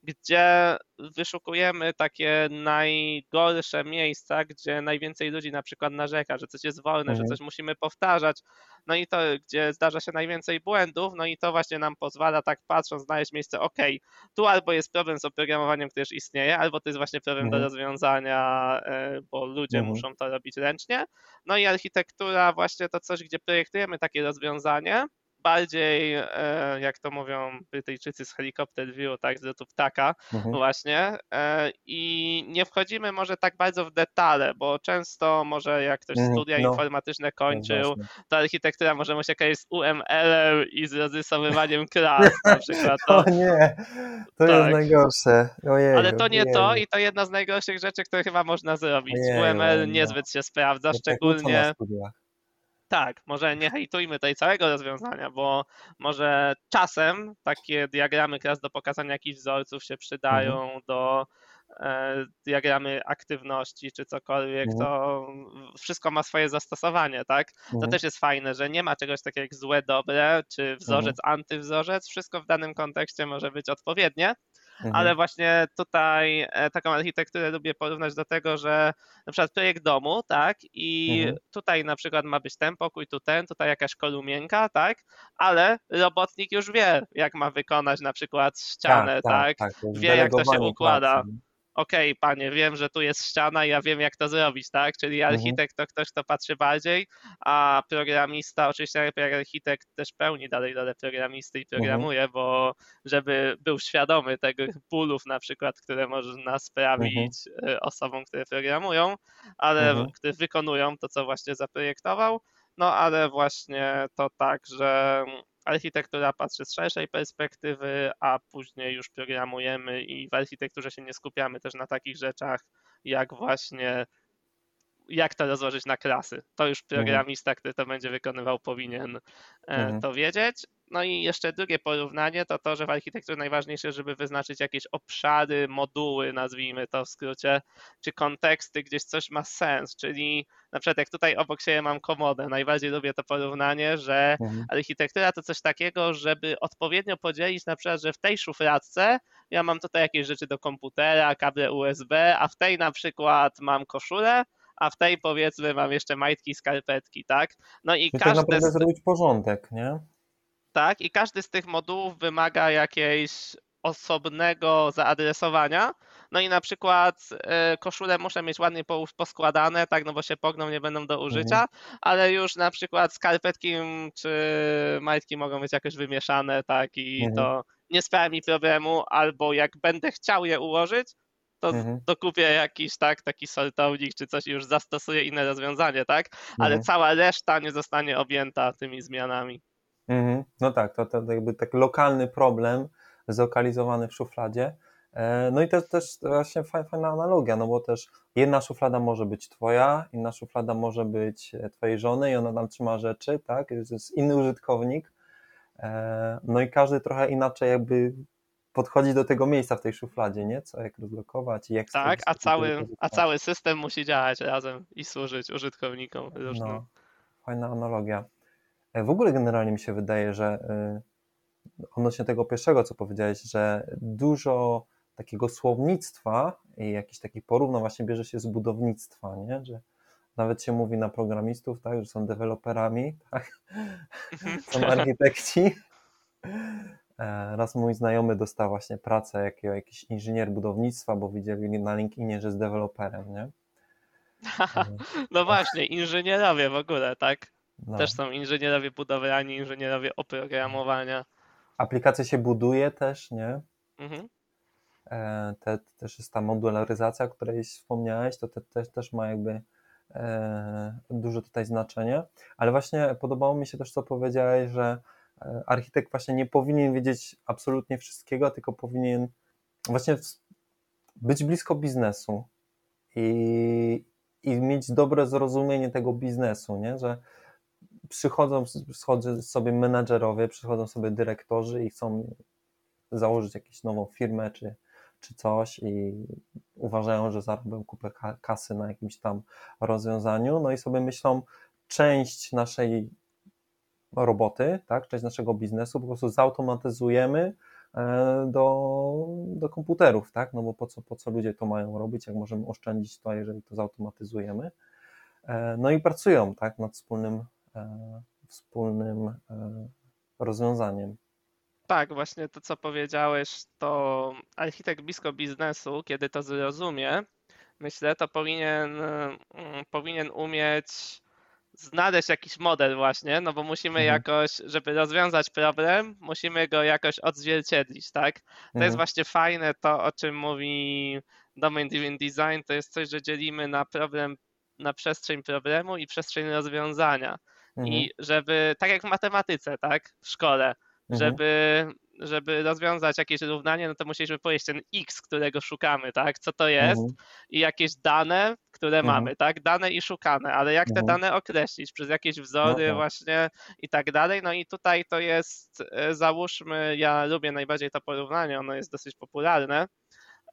gdzie wyszukujemy takie najgorsze miejsca, gdzie najwięcej ludzi na przykład narzeka, że coś jest wolne, że Mhm. coś musimy powtarzać, no i to, gdzie zdarza się najwięcej błędów, no i to właśnie nam pozwala tak patrząc znaleźć miejsce, ok, tu albo jest problem z oprogramowaniem, które już istnieje, albo to jest właśnie problem do Mhm. rozwiązania, e, bo ludzie Mhm. muszą to robić ręcznie. No i architektura właśnie to coś, gdzie projektujemy takie rozwiązanie, bardziej, e, jak to mówią Brytyjczycy z helikopter view, tak, z lotu ptaka Mhm. właśnie e, i nie wchodzimy może tak bardzo w detale, bo często może jak ktoś Mhm. studia No, informatyczne to jest kończył, ważne. to architektura może mu się kojarzyć z U M L-em i z rozrysowywaniem klas na przykład, O to nie, to jest tak. najgorsze. Ale Ojeju, to nie to ojeju, i to jedna z najgorszych rzeczy, które chyba można zrobić. ojeju, U M L no. niezbyt się sprawdza, Jak tak uczą na szczególnie studiach. tak, może nie hejtujmy tutaj całego rozwiązania, bo może czasem takie diagramy klas do pokazania jakichś wzorców się Mhm. przydają do e, diagramy aktywności czy cokolwiek, Mhm. to wszystko ma swoje zastosowanie, tak? To Mhm. też jest fajne, że nie ma czegoś takiego jak złe, dobre, czy wzorzec, Mhm. antywzorzec, wszystko w danym kontekście może być odpowiednie, Mhm. ale właśnie tutaj e, taką architekturę lubię porównać do tego, że na przykład projekt domu, tak, i Mhm. tutaj na przykład ma być ten pokój, tu ten, tutaj jakaś kolumienka, tak, ale robotnik już wie, jak ma wykonać na przykład Tak, ścianę, tak, tak, tak. To jest wie, jak to się delegowanie pracy. układa. Okej, panie, wiem, że tu jest ściana i ja wiem, jak to zrobić, tak? Czyli Mhm. architekt to ktoś, kto patrzy bardziej, a programista, oczywiście najlepiej jak architekt też pełni dalej rolę programisty i Mhm. programuje, bo żeby był świadomy tego bólów na przykład, które można Mhm. sprawić e, osobom, które programują, ale Mhm. które wykonują to, co właśnie zaprojektował, no ale właśnie to tak, że architektura patrzy z szerszej perspektywy, a później już programujemy i w architekturze się nie skupiamy też na takich rzeczach, jak właśnie jak to rozłożyć na klasy. To już Mhm. programista, który to będzie wykonywał, powinien e, Mhm. to wiedzieć. No i jeszcze drugie porównanie to to, że w architekturze najważniejsze, żeby wyznaczyć jakieś obszary, moduły, nazwijmy to w skrócie, czy konteksty, gdzieś coś ma sens, czyli na przykład jak tutaj obok siebie mam komodę, najbardziej lubię to porównanie, że Mhm. architektura to coś takiego, żeby odpowiednio podzielić na przykład, że w tej szufladce ja mam tutaj jakieś rzeczy do komputera, kable U S B, a w tej na przykład mam koszulę, a w tej powiedzmy mam jeszcze majtki i skarpetki, tak? No i Czyli tak każde naprawdę z, zrobić porządek, nie? tak, i każdy z tych modułów wymaga jakiejś osobnego zaadresowania. No i na przykład e, koszule muszę mieć ładnie po- poskładane, tak, no bo się pogną, nie będą do Mhm. użycia, ale już na przykład skarpetki mm, czy majtki mogą być jakoś wymieszane, tak, i Mhm. to nie sprawia mi problemu, albo jak będę chciał je ułożyć, to z- Mhm. dokupię jakiś, tak, taki sortownik czy coś i już zastosuję inne rozwiązanie, tak, ale Mhm. cała reszta nie zostanie objęta tymi zmianami. Mhm. No tak, to, to jakby taki lokalny problem zlokalizowany w szufladzie. E, No i to jest też właśnie fa- fajna analogia, no bo też jedna szuflada może być twoja, inna szuflada może być e, twojej żony i ona tam trzyma rzeczy, tak? To jest inny użytkownik. E, No i każdy trochę inaczej jakby podchodzi do tego miejsca w tej szufladzie, nie? Co, jak rozlokować i jak z tego Tak, z a tego cały, a korzystać. cały system musi działać razem i służyć użytkownikom różnym. No, fajna analogia. E, W ogóle generalnie mi się wydaje, że y, odnośnie tego pierwszego, co powiedziałeś, że dużo takiego słownictwa i jakichś takich porównań właśnie bierze się z budownictwa, nie? Że nawet się mówi na programistów, tak, że są deweloperami, tak, Mhm. są architekci. E, Raz mój znajomy dostał właśnie pracę jakiego, jakiś inżynier budownictwa, bo widzieli na LinkedInie, że jest deweloperem, nie? E, No właśnie, inżynierowie w ogóle, tak? Też No. są inżynierowie budowlani, inżynierowie oprogramowania. Aplikacje się buduje też, nie? Mhm. E, Te, też jest ta modularyzacja, o której wspomniałeś, to te, te, też ma jakby e, duże tutaj znaczenie, ale właśnie podobało mi się też, co powiedziałeś, że e, architekt właśnie nie powinien wiedzieć absolutnie wszystkiego, tylko powinien właśnie w- być blisko biznesu i, i mieć dobre zrozumienie tego biznesu, nie? Że przychodzą, przychodzą sobie menadżerowie, przychodzą sobie dyrektorzy i chcą założyć jakąś nową firmę czy, czy coś i uważają, że zarobią kupę ka- kasy na jakimś tam rozwiązaniu, no i sobie myślą, część naszej roboty, tak, część naszego biznesu po prostu zautomatyzujemy e, do, do komputerów, tak, no bo po co, po co ludzie to mają robić, jak możemy oszczędzić to, jeżeli to zautomatyzujemy. E, No i pracują, tak, nad wspólnym, e, wspólnym e, rozwiązaniem. Tak, właśnie to, co powiedziałeś, to architekt blisko biznesu, kiedy to zrozumie, myślę, to powinien, mm, powinien umieć znaleźć jakiś model właśnie, no bo musimy Mhm, jakoś, żeby rozwiązać problem, musimy go jakoś odzwierciedlić, tak? To jest mhm, właśnie fajne to, o czym mówi Domain Driven Design, to jest coś, że dzielimy na problem, na przestrzeń problemu i przestrzeń rozwiązania. mhm, I żeby, tak jak w matematyce, tak, w szkole, mhm, żeby, żeby rozwiązać jakieś równanie, no to musieliśmy powiedzieć ten x, którego szukamy, tak, co to jest mhm, i jakieś dane, które mhm, mamy, tak, dane i szukane, ale jak te mhm. dane określić przez jakieś No wzory tak. właśnie i tak dalej, no i tutaj to jest, e, załóżmy, ja lubię najbardziej to porównanie, ono jest dosyć popularne,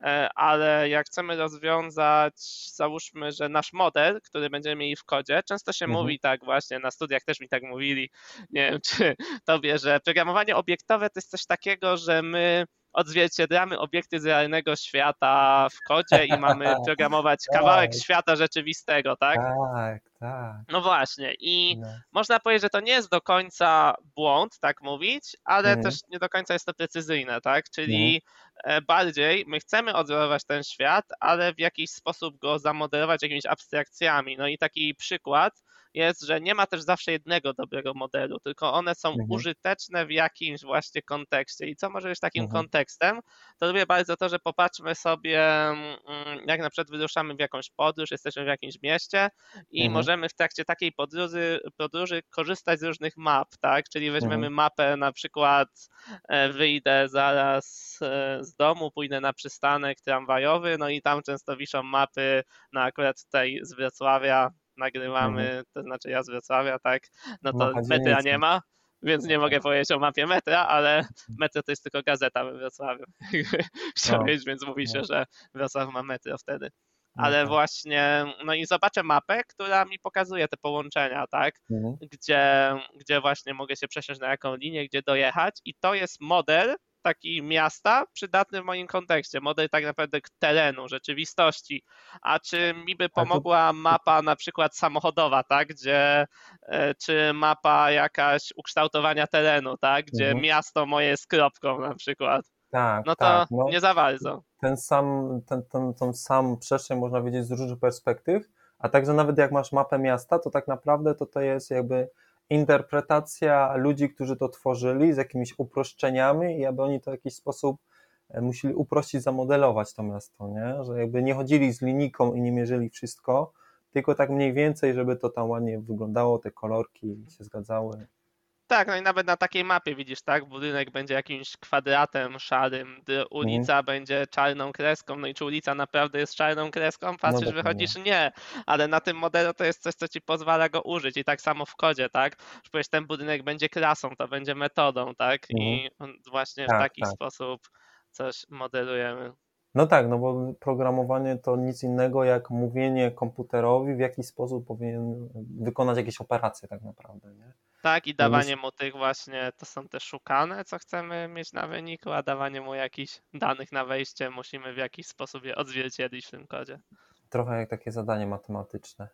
ale jak chcemy rozwiązać, załóżmy, że nasz model, który będziemy mieli w kodzie, często się Mhm. mówi tak właśnie, na studiach też mi tak mówili, nie wiem czy tobie, że programowanie obiektowe to jest coś takiego, że my odzwierciedlamy obiekty z realnego świata w kodzie i mamy programować kawałek Tak, świata rzeczywistego, tak? tak, tak. No właśnie i No. można powiedzieć, że to nie jest do końca błąd, tak mówić, ale Mhm. też nie do końca jest to precyzyjne, tak? Mhm. Czyli e, bardziej my chcemy odzorować ten świat, ale w jakiś sposób go zamodelować jakimiś abstrakcjami. No i taki przykład jest, że nie ma też zawsze jednego dobrego modelu, tylko one są Mhm. użyteczne w jakimś właśnie kontekście. I co może być takim Mhm. kontekstem? To lubię bardzo to, że popatrzmy sobie, mm, jak na przykład wyruszamy w jakąś podróż, jesteśmy w jakimś mieście i Mhm. możemy w trakcie takiej podróży, podróży korzystać z różnych map, tak? Czyli weźmiemy Mhm. mapę, na przykład e, wyjdę zaraz e, z domu, pójdę na przystanek tramwajowy, no i tam często wiszą mapy, no akurat tutaj z Wrocławia nagrywamy, Mhm. to znaczy ja z Wrocławia, tak? No to Mapa metra dzielnicy. nie ma, więc nie mogę powiedzieć o mapie metra, ale metro to jest tylko gazeta we Wrocławiu. Chciałem No, powiedzieć, więc mówi się, no, że Wrocław ma metro wtedy. no Ale tak. właśnie, no i zobaczę mapę, która mi pokazuje te połączenia, tak? Mhm. Gdzie, gdzie właśnie mogę się przesiąść na jaką linię, gdzie dojechać i to jest model taki miasta przydatny w moim kontekście, model tak naprawdę terenu, rzeczywistości. A czy mi by Ale to, pomogła mapa na przykład samochodowa, tak? Gdzie, e, czy mapa jakaś ukształtowania terenu, tak? Gdzie mhm. miasto moje jest kropką na przykład. Tak, No tak. to No, nie za bardzo. ten sam, ten, ten, tą sam przestrzeń można widzieć z różnych perspektyw, a także nawet jak masz mapę miasta, to tak naprawdę to to jest jakby interpretacja ludzi, którzy to tworzyli z jakimiś uproszczeniami i aby oni to w jakiś sposób e, musieli uprościć, zamodelować to miasto, nie? Że jakby nie chodzili z linijką i nie mierzyli wszystko, tylko tak mniej więcej, żeby to tam ładnie wyglądało, te kolorki się zgadzały. Tak, no i nawet na takiej mapie widzisz, tak? Budynek będzie jakimś kwadratem szarym, d- Mhm. ulica będzie czarną kreską, no i czy ulica naprawdę jest czarną kreską? No Patrzysz, dokładnie. wychodzisz, nie, ale na tym modelu to jest coś, co ci pozwala go użyć i tak samo w kodzie, tak? Że powiesz, ten budynek będzie klasą, to będzie metodą, tak? Mhm. I on właśnie w Tak, taki tak. sposób coś modelujemy. No tak, no bo programowanie to nic innego jak mówienie komputerowi, w jaki sposób powinien wykonać jakieś operacje tak naprawdę, nie? Tak, i No my, dawanie mu tych właśnie, to są te szukane, co chcemy mieć na wyniku, a dawanie mu jakichś danych na wejście musimy w jakiś sposób je odzwierciedlić w tym kodzie. trochę jak takie zadanie matematyczne.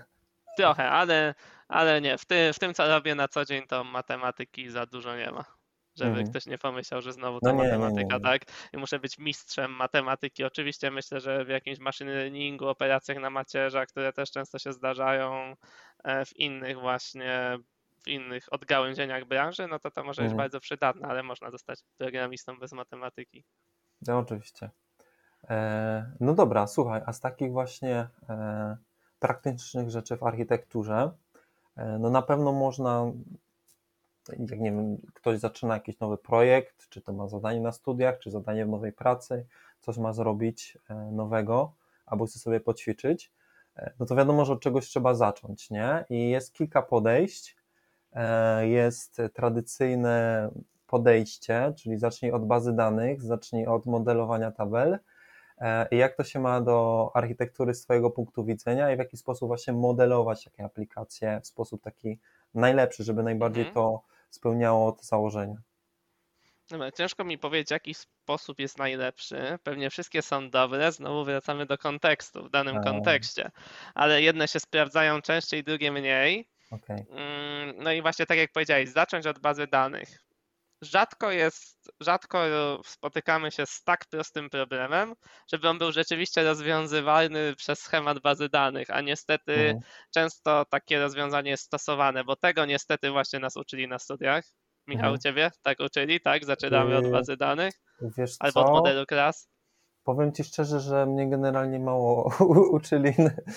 Trochę, ale, ale nie. W, ty, w tym, co robię na co dzień, to matematyki za dużo nie ma. Żeby Mhm. ktoś nie pomyślał, że znowu No to nie, nie, nie, matematyka, nie. tak? I muszę być mistrzem matematyki. Oczywiście myślę, że w jakimś machine learningu, operacjach na macierzach, które też często się zdarzają e, w innych właśnie, w innych odgałęzieniach branży, no to to może być Mhm. bardzo przydatne, ale można zostać programistą bez matematyki. No oczywiście. E, no dobra, słuchaj, a z takich właśnie e, praktycznych rzeczy w architekturze, e, no na pewno można, jak nie wiem, ktoś zaczyna jakiś nowy projekt, czy to ma zadanie na studiach, czy zadanie w nowej pracy, coś ma zrobić e, nowego, albo chce sobie poćwiczyć, e, no to wiadomo, że od czegoś trzeba zacząć, nie? I jest kilka podejść. E, jest tradycyjne podejście, czyli zacznij od bazy danych, zacznij od modelowania tabel. E, I jak to się ma do architektury z Twojego punktu widzenia i w jaki sposób właśnie modelować takie aplikacje w sposób taki najlepszy, żeby najbardziej Mhm. to spełniało te założenia? Dobra, ciężko mi powiedzieć, jaki sposób jest najlepszy. Pewnie wszystkie są dobre, znowu wracamy do kontekstu, w danym E, kontekście, ale jedne się sprawdzają częściej, drugie mniej. Okej. Mm, No i właśnie tak jak powiedziałeś, zacząć od bazy danych. Rzadko jest, rzadko spotykamy się z tak prostym problemem, żeby on był rzeczywiście rozwiązywalny przez schemat bazy danych, a niestety Mhm. często takie rozwiązanie jest stosowane, bo tego niestety właśnie nas uczyli na studiach. Michał, Mhm. ciebie tak uczyli, tak? Zaczynamy od Yy, bazy danych Wiesz albo od co? modelu klas. Powiem Ci szczerze, że mnie generalnie mało uczyli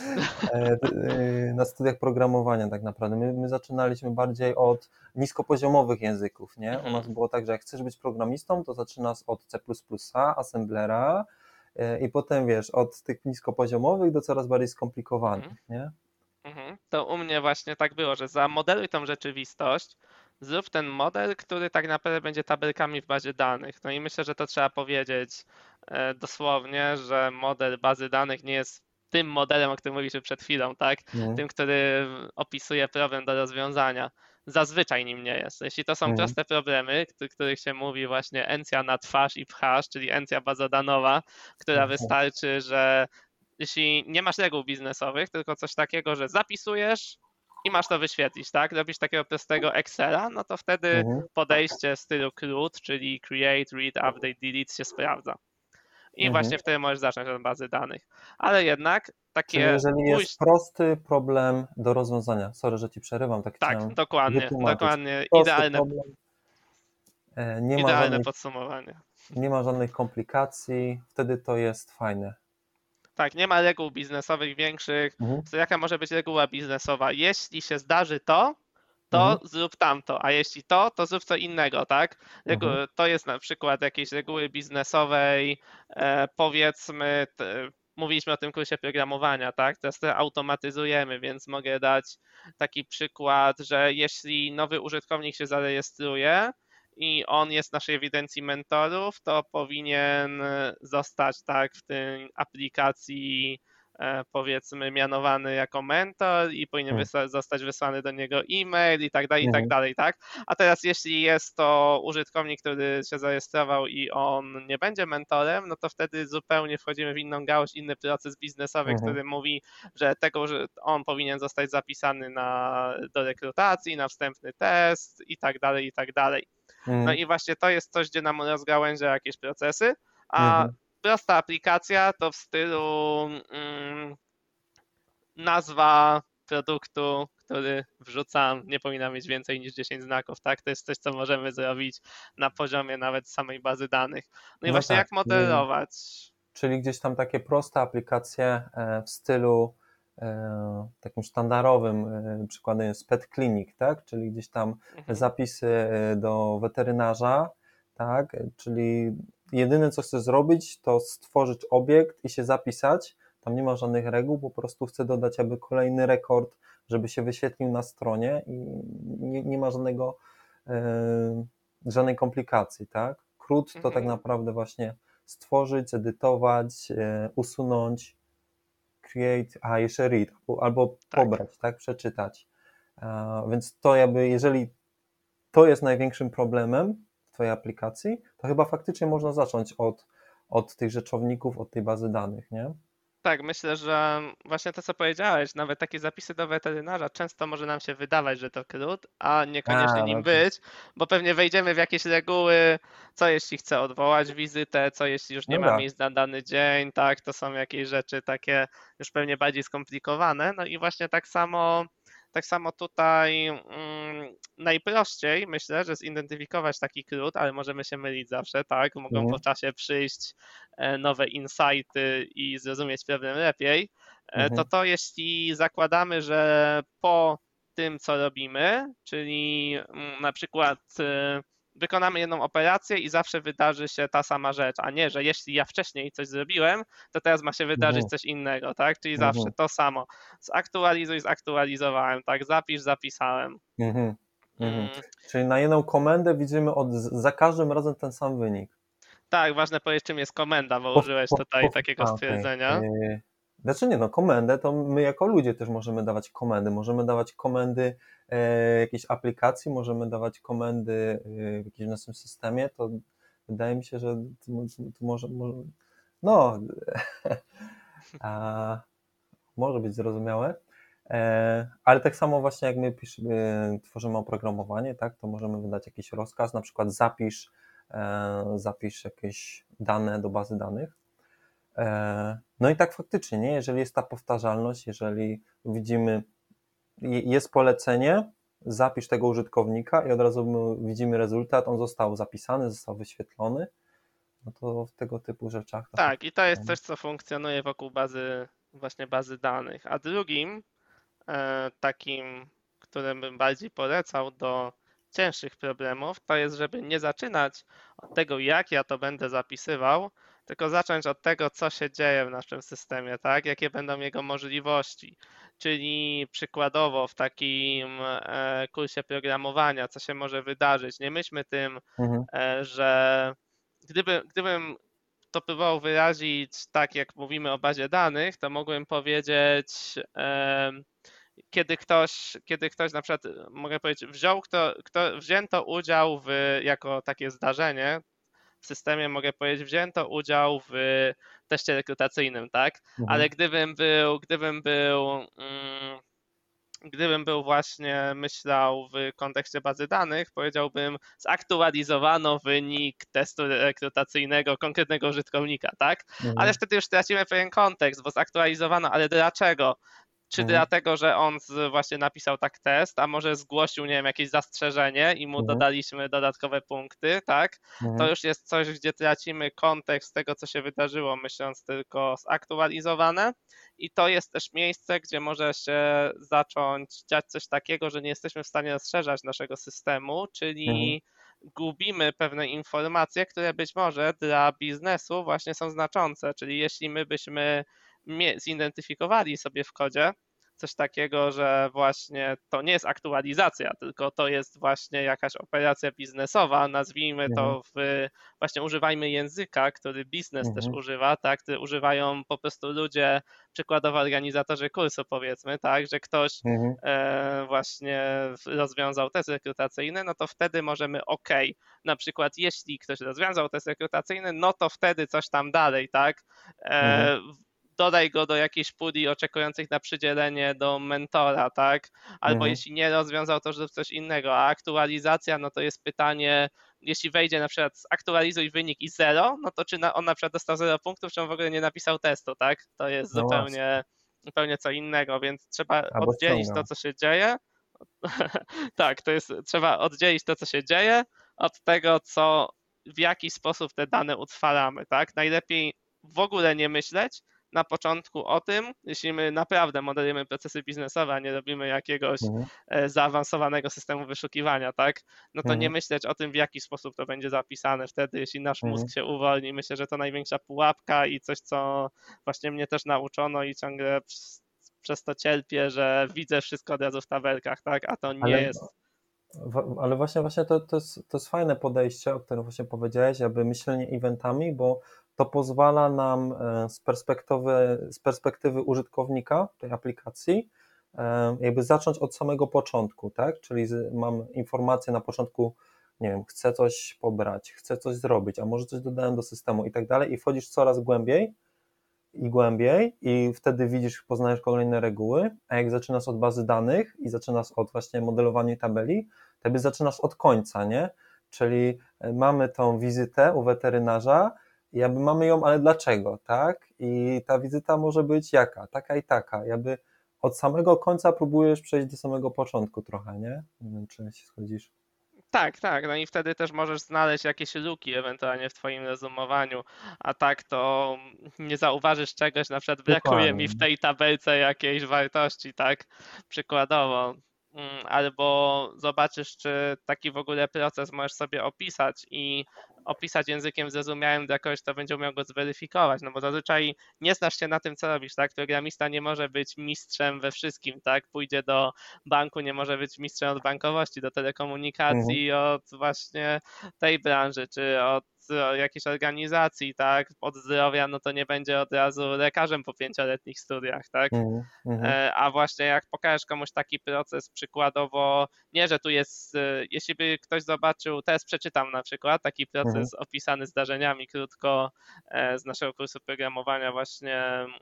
e, e, na studiach programowania tak naprawdę. My, my zaczynaliśmy bardziej od niskopoziomowych języków, nie? U nas Mhm, było tak, że jak chcesz być programistą, to zaczynasz od C plus plus, Assemblera e, i potem wiesz, od tych niskopoziomowych do coraz bardziej mhm, skomplikowanych, nie? mhm. To u mnie właśnie tak było, że zamodeluj tą rzeczywistość, zrób ten model, który tak naprawdę będzie tabelkami w bazie danych. No i myślę, że to trzeba powiedzieć e, dosłownie, że model bazy danych nie jest tym modelem, o którym mówiliśmy przed chwilą, tak? Mhm. Tym, który opisuje problem do rozwiązania. Zazwyczaj nim nie jest. Jeśli to są Mhm. proste problemy, o których się mówi właśnie encja na twarz i pchasz, czyli encja bazodanowa, która wystarczy, że jeśli nie masz reguł biznesowych, tylko coś takiego, że zapisujesz i masz to wyświetlić, tak? Robisz takiego prostego Excela, no to wtedy Mhm. podejście stylu C R U D, czyli Create, Read, Update, Delete się sprawdza. I Mhm. właśnie wtedy możesz zacząć od bazy danych. Ale jednak Czyli takie jeżeli pójść... jest prosty problem do rozwiązania, sorry, że ci przerywam, tak Tak, chciałem dokładnie, wytłumaczyć. dokładnie. Prosty Idealne, problem, e, nie ma idealne żadnych, podsumowanie. nie ma żadnych komplikacji, wtedy to jest fajne. Tak, nie ma reguł biznesowych większych. Mhm. To jaka może być reguła biznesowa? Jeśli się zdarzy to, to Mhm. zrób tamto, a jeśli to, to zrób co innego, tak? Regu- Mhm. To jest na przykład jakiejś reguły biznesowej, e, powiedzmy, t, mówiliśmy o tym kursie programowania, tak? Teraz to automatyzujemy, więc mogę dać taki przykład, że jeśli nowy użytkownik się zarejestruje i on jest w naszej ewidencji mentorów, to powinien zostać, tak, w tej aplikacji e, powiedzmy mianowany jako mentor i powinien Mhm. wysła- zostać wysłany do niego e-mail i tak dalej, i tak Mhm. dalej, tak? A teraz jeśli jest to użytkownik, który się zarejestrował i on nie będzie mentorem, no to wtedy zupełnie wchodzimy w inną gałąź, inny proces biznesowy, Mhm. który mówi, że tego, że on powinien zostać zapisany na, do rekrutacji, na wstępny test i tak dalej, i tak dalej. No Mhm. i właśnie to jest coś, gdzie nam rozgałęzia jakieś procesy, a Mhm. prosta aplikacja to w stylu mm, nazwa produktu, który wrzucam, nie powinna mieć więcej niż dziesięć znaków, tak? To jest coś, co możemy zrobić na poziomie nawet samej bazy danych. No i No właśnie tak, jak modelować? czyli gdzieś tam takie proste aplikacje e, w stylu e, takim sztandarowym, e, przykładem jest Pet Clinic, tak? Czyli gdzieś tam Mhm. zapisy e, do weterynarza, tak? Czyli jedyne co chcę zrobić, to stworzyć obiekt i się zapisać. Tam nie ma żadnych reguł, po prostu chcę dodać aby kolejny rekord, żeby się wyświetlił na stronie i nie, nie ma żadnego e, żadnej komplikacji, tak? C R U D to tak Mhm. naprawdę właśnie stworzyć, zedytować, e, usunąć, create, a jeszcze read, albo Tak. pobrać, tak, przeczytać. E, więc to jakby, jeżeli to jest największym problemem w Twojej aplikacji, to chyba faktycznie można zacząć od, od tych rzeczowników, od tej bazy danych, nie? Tak, myślę, że właśnie to, co powiedziałeś, nawet takie zapisy do weterynarza, często może nam się wydawać, że to C R U D, a niekoniecznie A, nim no to, być, bo pewnie wejdziemy w jakieś reguły, co jeśli chcę odwołać wizytę, co jeśli już nie no ma tak. miejsc na dany dzień, tak, to są jakieś rzeczy takie już pewnie bardziej skomplikowane, no i właśnie tak samo tak samo tutaj mm, najprościej myślę, że zidentyfikować taki C R U D, ale możemy się mylić zawsze, tak? Mogą Mhm. po czasie przyjść e, nowe insighty i zrozumieć problem lepiej. E, to Mhm. to jeśli zakładamy, że po tym, co robimy, czyli mm, na przykład e, wykonamy jedną operację i zawsze wydarzy się ta sama rzecz, a nie, że jeśli ja wcześniej coś zrobiłem, to teraz ma się wydarzyć Mhm. coś innego, tak? Czyli Mhm. zawsze to samo. Zaktualizuj, zaktualizowałem, tak? Zapisz, zapisałem. Mhm. Mhm. Mm, Czyli na jedną komendę widzimy od, za każdym razem ten sam wynik. tak, ważne powiedzieć, czym jest komenda, bo Pow- użyłeś pow- tutaj pow- takiego a, okej. stwierdzenia. Yy, Znaczy nie, no komendę to my jako ludzie też możemy dawać komendy. Możemy dawać komendy e, jakiejś aplikacji, możemy dawać komendy e, w jakimś naszym systemie, to wydaje mi się, że to, to może, może, no, a, może być zrozumiałe. E, ale tak samo właśnie jak my piszemy, tworzymy oprogramowanie, tak, to możemy wydać jakiś rozkaz, na przykład zapisz, e, zapisz jakieś dane do bazy danych. E, no i tak faktycznie, nie? Jeżeli jest ta powtarzalność, jeżeli widzimy, jest polecenie, zapisz tego użytkownika i od razu my widzimy rezultat, on został zapisany, został wyświetlony, no to w tego typu rzeczach to Tak, i to jest faktycznie. coś, co funkcjonuje wokół bazy, właśnie bazy danych. A drugim e, takim, którym bym bardziej polecał do cięższych problemów, to jest, żeby nie zaczynać od tego, jak ja to będę zapisywał, tylko zacząć od tego, co się dzieje w naszym systemie, tak? Jakie będą jego możliwości. czyli przykładowo w takim e, kursie programowania, co się może wydarzyć. Nie myślmy tym, Mhm. e, że gdyby, gdybym to próbował wyrazić tak, jak mówimy o bazie danych, to mogłem powiedzieć, e, kiedy ktoś, kiedy ktoś na przykład, mogę powiedzieć, wziął, kto, kto, wzięto udział w, jako takie zdarzenie, w systemie mogę powiedzieć, wzięto udział w teście rekrutacyjnym, tak? Ale Mhm. gdybym był, gdybym był, mm, gdybym był właśnie myślał w kontekście bazy danych, powiedziałbym, zaktualizowano wynik testu rekrutacyjnego konkretnego użytkownika, tak? Ale Mhm. wtedy już tracimy pewien kontekst, bo zaktualizowano, ale dlaczego? Czy Mhm. dlatego, że on z- właśnie napisał tak test, a może zgłosił, nie wiem, jakieś zastrzeżenie i mu Mhm. dodaliśmy dodatkowe punkty, tak? To Mhm. już jest coś, gdzie tracimy kontekst tego, co się wydarzyło, myśląc tylko zaktualizowane. I to jest też miejsce, gdzie może się zacząć dziać coś takiego, że nie jesteśmy w stanie rozszerzać naszego systemu, Mhm. czyli gubimy pewne informacje, które być może dla biznesu właśnie są znaczące. Czyli jeśli my byśmy mie- zidentyfikowali sobie w kodzie coś takiego, że właśnie to nie jest aktualizacja, tylko to jest właśnie jakaś operacja biznesowa, nazwijmy Mhm. to w, właśnie używajmy języka, który biznes też Mhm. używa, tak, który używają po prostu ludzie, przykładowo organizatorzy kursu powiedzmy, tak, że ktoś Mhm. e, właśnie rozwiązał test rekrutacyjny, no to wtedy możemy OK, na przykład jeśli ktoś rozwiązał test rekrutacyjny, no to wtedy coś tam dalej, tak, Mhm. e, dodaj go do jakiejś puli oczekujących na przydzielenie do mentora, tak? Albo Mhm. jeśli nie rozwiązał, to zrób coś innego. A aktualizacja, no to jest pytanie, jeśli wejdzie na przykład aktualizuj wynik i zero, no to czy na, on na przykład dostał zero punktów, czy on w ogóle nie napisał testu, tak? To jest No właśnie. zupełnie, zupełnie co innego, więc trzeba Albo oddzielić to, ściągał. co się dzieje. Tak, to jest, trzeba oddzielić to, co się dzieje, od tego, co, w jaki sposób te dane utrwalamy, tak? Najlepiej w ogóle nie myśleć na początku o tym, jeśli my naprawdę modelujemy procesy biznesowe, a nie robimy jakiegoś Mhm. e, zaawansowanego systemu wyszukiwania, tak? No to nie Mhm. myśleć o tym, w jaki sposób to będzie zapisane wtedy, jeśli nasz mózg Mhm. się uwolni. Myślę, że to największa pułapka i coś, co właśnie mnie też nauczono i ciągle przez, przez to cierpię, że widzę wszystko od razu w tabelkach, tak? A to nie Ale, jest. wa- ale właśnie, właśnie to, to, jest, to jest fajne podejście, o którym właśnie powiedziałeś, aby myślenie eventami, bo to pozwala nam e, z perspektywy, z perspektywy użytkownika tej aplikacji e, jakby zacząć od samego początku, tak? Czyli z, mam informację na początku, nie wiem, chcę coś pobrać, chcę coś zrobić, a może coś dodałem do systemu i tak dalej i wchodzisz coraz głębiej i głębiej i wtedy widzisz, poznajesz kolejne reguły, a jak zaczynasz od bazy danych i zaczynasz od właśnie modelowania tabeli, to jakby zaczynasz od końca, nie? Czyli mamy tą wizytę u weterynarza i jakby mamy ją, ale dlaczego, tak? I ta wizyta może być jaka? Taka i taka. Jakby od samego końca próbujesz przejść do samego początku trochę, nie? Nie wiem, czy się zgodzisz. Tak, tak, no i wtedy też możesz znaleźć jakieś luki ewentualnie w twoim rozumowaniu, a tak to nie zauważysz czegoś, na przykład brakuje mi Dokładnie. w tej tabelce jakiejś wartości, tak, przykładowo, Mm, albo zobaczysz, czy taki w ogóle proces możesz sobie opisać i opisać językiem zrozumiałym dla kogoś, kto będzie umiał go zweryfikować, no bo zazwyczaj nie znasz się na tym, co robisz, tak, programista nie może być mistrzem we wszystkim, tak, pójdzie do banku, nie może być mistrzem od bankowości, do Mhm. telekomunikacji, od właśnie tej branży, czy od jakiejś organizacji, tak, od zdrowia, no to nie będzie od razu lekarzem po pięcioletnich studiach, tak. Mhm. Mhm. E, A właśnie jak pokażesz komuś taki proces, przykładowo, nie, że tu jest, e, jeśli by ktoś zobaczył, teraz przeczytam na przykład taki Mhm. proces opisany zdarzeniami krótko e, z naszego kursu programowania właśnie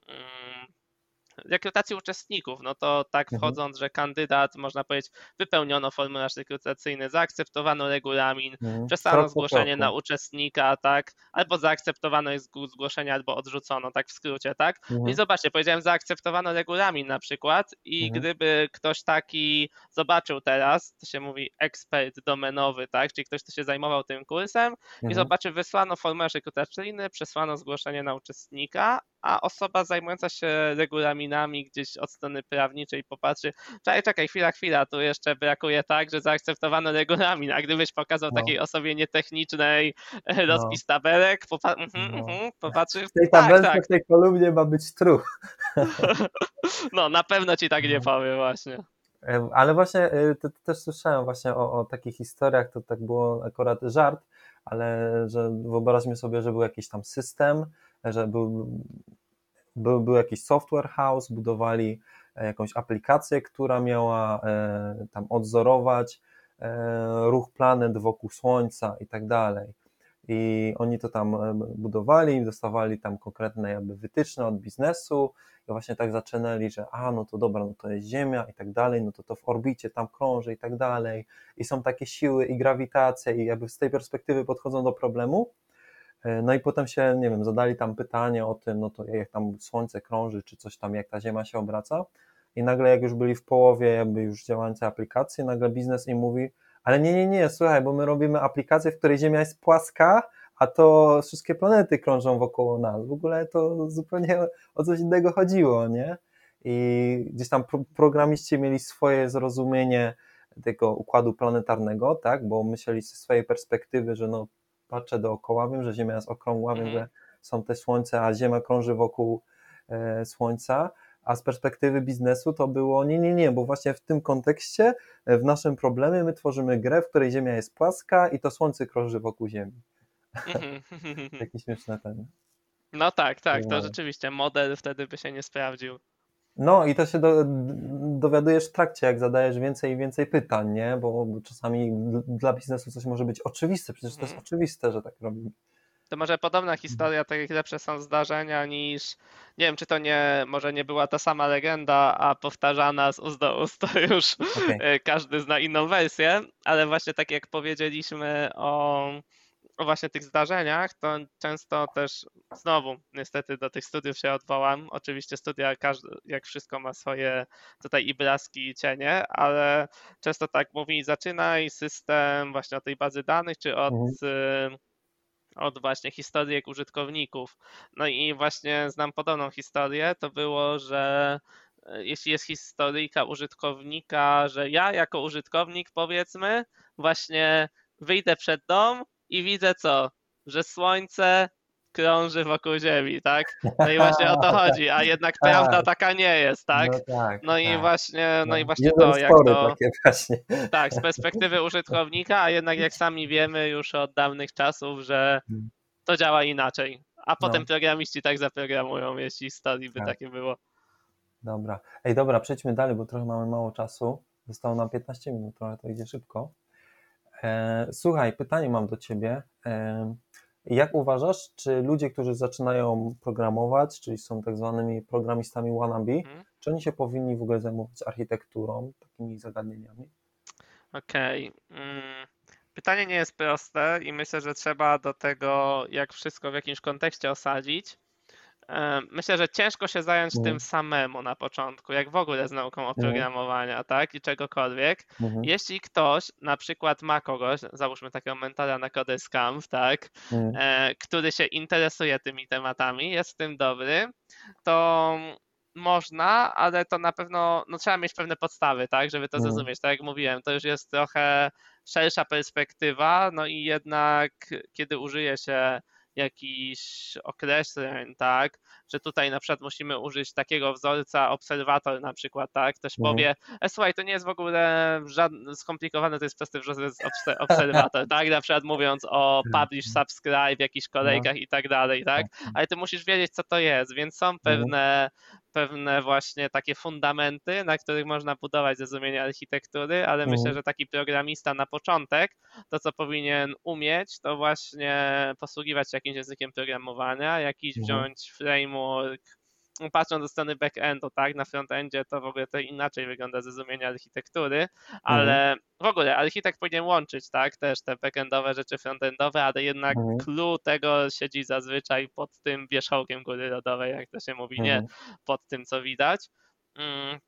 mm, rekrutacji uczestników, no to tak Mhm. wchodząc, że kandydat, można powiedzieć, wypełniono formularz rekrutacyjny, zaakceptowano regulamin, Mhm. przesłano Krok po zgłoszenie na kroku. uczestnika, tak, albo zaakceptowano jest zgó- zgłoszenie, albo odrzucono, tak w skrócie, tak. No i Mhm. zobaczcie, powiedziałem zaakceptowano regulamin na przykład i Mhm. gdyby ktoś taki zobaczył teraz, to się mówi ekspert domenowy, tak, czyli ktoś, kto się zajmował tym kursem i Mhm. zobaczy, wysłano formularz rekrutacyjny, przesłano zgłoszenie na uczestnika, a osoba zajmująca się regulaminami gdzieś od strony prawniczej popatrzy, czekaj, czekaj, chwila, chwila, tu jeszcze brakuje tak, że zaakceptowano regulamin, a gdybyś pokazał No, takiej osobie nietechnicznej e, no, rozpis tabelek, popa- mhm, no. mhm, popatrzy, W tej tak, tabelce, tak, w tej kolumnie ma być true. no na pewno ci tak nie No. powiem właśnie. E, Ale właśnie e, to, to też słyszałem właśnie o, o takich historiach, to tak było akurat żart, ale że wyobraźmy sobie, że był jakiś tam system, że był, był, był jakiś software house, budowali e, jakąś aplikację, która miała e, tam odzorować e, ruch planet wokół Słońca i tak dalej. I oni to tam e, budowali, dostawali tam konkretne jakby wytyczne od biznesu i właśnie tak zaczynali, że a no to dobra, no to jest Ziemia i tak dalej, no to to w orbicie tam krąży i tak dalej i są takie siły i grawitacja i jakby z tej perspektywy podchodzą do problemu. No i potem się, nie wiem, zadali tam pytanie o tym, no to jak tam Słońce krąży, czy coś tam, jak ta Ziemia się obraca. I nagle jak już byli w połowie jakby już działającej aplikacji, nagle biznes im mówi, ale nie, nie, nie, słuchaj, bo my robimy aplikację, w której Ziemia jest płaska, a to wszystkie planety krążą wokoło nas. W ogóle to zupełnie o coś innego chodziło, nie? I gdzieś tam pro- programiści mieli swoje zrozumienie tego układu planetarnego, tak, bo myśleli ze swojej perspektywy, że no patrzę dookoła, wiem, że Ziemia jest okrągła, wiem, Mhm. że są te Słońce, a Ziemia krąży wokół e, Słońca, a z perspektywy biznesu to było nie, nie, nie, bo właśnie w tym kontekście, e, w naszym problemie my tworzymy grę, w której Ziemia jest płaska i to Słońce krąży wokół Ziemi. Mhm. Taki śmieszny ten. No tak, tak, to Porównanie. rzeczywiście model wtedy by się nie sprawdził. No i to się do, dowiadujesz w trakcie, jak zadajesz więcej i więcej pytań, nie? Bo czasami d- dla biznesu coś może być oczywiste, przecież to jest Mhm. oczywiste, że tak robimy. To może podobna historia, tak jak lepsze są zdarzenia niż, nie wiem, czy to nie, może nie była ta sama legenda, a powtarzana z ust do ust, to już Okej. e, każdy zna inną wersję, ale właśnie tak jak powiedzieliśmy o, o właśnie tych zdarzeniach, to często też znowu niestety do tych studiów się odwołam. Oczywiście studia, każdy, jak wszystko ma swoje tutaj i blaski i cienie, ale często tak mówi, zaczynaj system właśnie od tej bazy danych, czy od Mhm. y, od właśnie historyjek użytkowników. No i właśnie znam podobną historię, to było, że e, jeśli jest historyjka użytkownika, że ja jako użytkownik powiedzmy właśnie wyjdę przed dom i widzę co? Że słońce krąży wokół Ziemi, tak? No i właśnie o to chodzi, a jednak prawda Tak, taka nie jest, tak? no tak, No i tak. właśnie, no i No. właśnie User to, jak story to takie właśnie. tak, z perspektywy użytkownika, a jednak jak sami wiemy już od dawnych czasów, że to działa inaczej. A potem No, programiści tak zaprogramują, jeśli study by tak, takie było. dobra. Ej, dobra, przejdźmy dalej, bo trochę mamy mało czasu. Zostało nam piętnaście minut, trochę to idzie szybko. E, słuchaj, pytanie mam do Ciebie. E, jak uważasz, czy ludzie, którzy zaczynają programować, czyli są tak zwanymi programistami wannabe, Mhm. czy oni się powinni w ogóle zajmować architekturą, takimi zagadnieniami? Okej. Mm, Pytanie nie jest proste i myślę, że trzeba do tego, jak wszystko w jakimś kontekście osadzić. E, Myślę, że ciężko się zająć Mhm, tym samemu na początku, jak w ogóle z nauką mhm, oprogramowania, tak? I czegokolwiek. mhm, Jeśli ktoś na przykład ma kogoś, załóżmy takiego mentora na Codescamp, tak? mhm, E, który się interesuje tymi tematami, jest w tym dobry, to można, ale to na pewno no, trzeba mieć pewne podstawy, tak, żeby to mhm, zrozumieć. Tak jak mówiłem, to już jest trochę szersza perspektywa, no i jednak kiedy użyje się jakichś określeń, tak, że tutaj na przykład musimy użyć takiego wzorca obserwator na przykład, tak, ktoś mhm. powie, e, słuchaj, to nie jest w ogóle żadne skomplikowane, to jest prosty wzorzec obse- obserwator, tak, na przykład mówiąc o publish, subscribe, jakichś No, kolejkach i tak dalej, tak, tak. ale ty musisz wiedzieć, co to jest, więc są Mhm, pewne pewne właśnie takie fundamenty, na których można budować zrozumienie architektury, ale myślę, mhm, że taki programista na początek, to co powinien umieć, to właśnie posługiwać się jakimś językiem programowania, jakiś mhm, wziąć framework, no, patrząc ze strony backendu, tak, na frontendzie to w ogóle to inaczej wygląda zrozumienie architektury, mhm, ale w ogóle architekt powinien łączyć, tak, też te backendowe rzeczy frontendowe, ale jednak mhm, clue tego siedzi zazwyczaj pod tym wierzchołkiem góry lodowej, jak to się mówi, nie mhm, pod tym, co widać. Mm,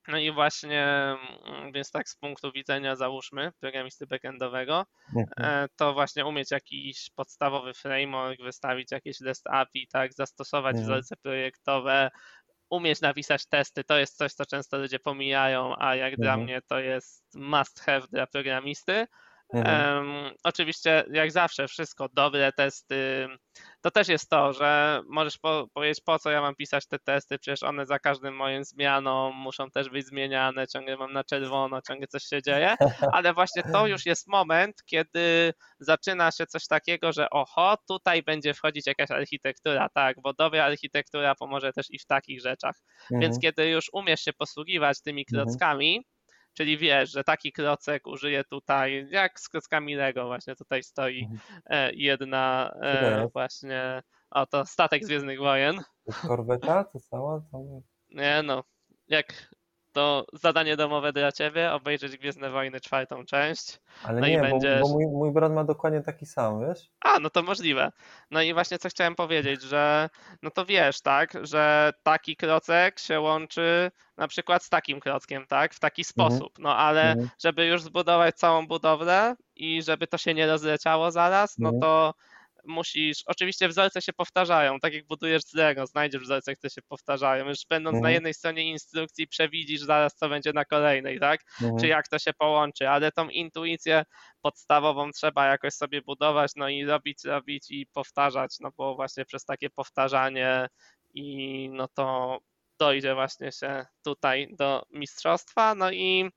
No i właśnie, mm, więc tak z punktu widzenia, załóżmy, programisty backendowego, Mhm. e, to właśnie umieć jakiś podstawowy framework, wystawić jakieś REST A P I, tak, zastosować Mhm. wzorce projektowe, umieć napisać testy, to jest coś, co często ludzie pomijają, a jak dla Mhm. mnie to jest must have dla programisty. Mhm. Um, oczywiście, jak zawsze, wszystko dobre testy. To też jest to, że możesz po, powiedzieć, po co ja mam pisać te testy, przecież one za każdym moim zmianą muszą też być zmieniane, ciągle mam na czerwono, ciągle coś się dzieje, ale właśnie to już jest moment, kiedy zaczyna się coś takiego, że oho, tutaj będzie wchodzić jakaś architektura, tak, bo dobra architektura pomoże też i w takich rzeczach. Więc Mhm. kiedy już umiesz się posługiwać tymi Mhm. klockami, czyli wiesz, że taki klocek użyję tutaj, jak z klockami Lego właśnie tutaj stoi Mhm. e, jedna Co to e, jest? właśnie, oto statek z Gwiezdnych Wojen. To jest korweta? To cała? To... Nie no, jak to zadanie domowe dla ciebie, obejrzeć Gwiezdne Wojny czwartą część, Ale no i nie, bo, bo będziesz. mój, mój brat ma dokładnie taki sam, wiesz? A, no to możliwe. No i właśnie co chciałem powiedzieć, że no to wiesz, tak, że taki klocek się łączy na przykład z takim klockiem, tak, w taki Mhm. sposób. No ale Mhm. żeby już zbudować całą budowlę i żeby to się nie rozleciało zaraz, no Mhm. to musisz, oczywiście wzorce się powtarzają, tak jak budujesz z Lego, znajdziesz wzorce, które się powtarzają. Już będąc na Mhm. jednej stronie instrukcji przewidzisz zaraz, co będzie na kolejnej, tak? Czy Mhm. jak to się połączy, ale tą intuicję podstawową trzeba jakoś sobie budować, no i robić, robić i powtarzać, no bo właśnie przez takie powtarzanie i no to dojdzie właśnie się tutaj do mistrzostwa, no i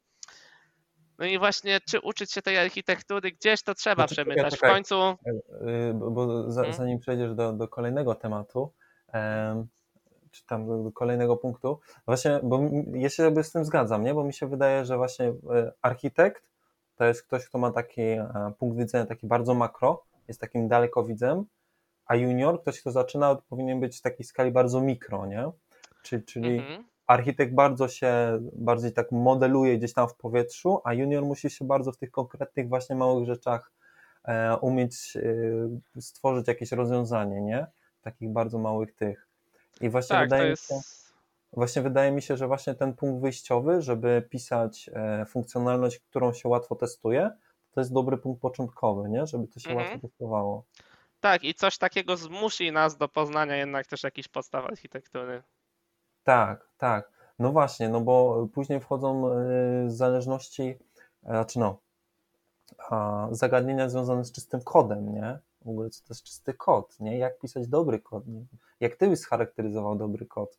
no i właśnie czy uczyć się tej architektury gdzieś, to trzeba Znaczy, czekaj, przemycać. W czekaj, końcu. yy, bo, bo za, Hmm? zanim przejdziesz do, do kolejnego tematu, em, czy tam do, do kolejnego punktu, właśnie, bo mi- ja się sobie z tym zgadzam, nie? Bo mi się wydaje, że właśnie e, architekt to jest ktoś, kto ma taki e, punkt widzenia taki bardzo makro, jest takim dalekowidzem, a junior, ktoś, kto zaczyna, powinien być w takiej skali bardzo mikro, nie? Czyli, czyli Mhm. architekt bardzo się, bardziej tak modeluje gdzieś tam w powietrzu, a junior musi się bardzo w tych konkretnych właśnie małych rzeczach e, umieć e, stworzyć jakieś rozwiązanie, nie? W takich bardzo małych tych. I właśnie Tak, to wydaje mi jest. się, właśnie wydaje mi się, że właśnie ten punkt wyjściowy, żeby pisać e, funkcjonalność, którą się łatwo testuje, to jest dobry punkt początkowy, nie? Żeby to się łatwo Mhm. testowało. Tak, i coś takiego zmusi nas do poznania jednak też jakichś podstaw architektury. Tak, tak. No właśnie, no bo później wchodzą y, zależności, e, znaczy no, a, zagadnienia związane z czystym kodem, nie? W ogóle co to jest czysty kod, nie? Jak pisać dobry kod? Nie? Jak ty byś scharakteryzował dobry kod?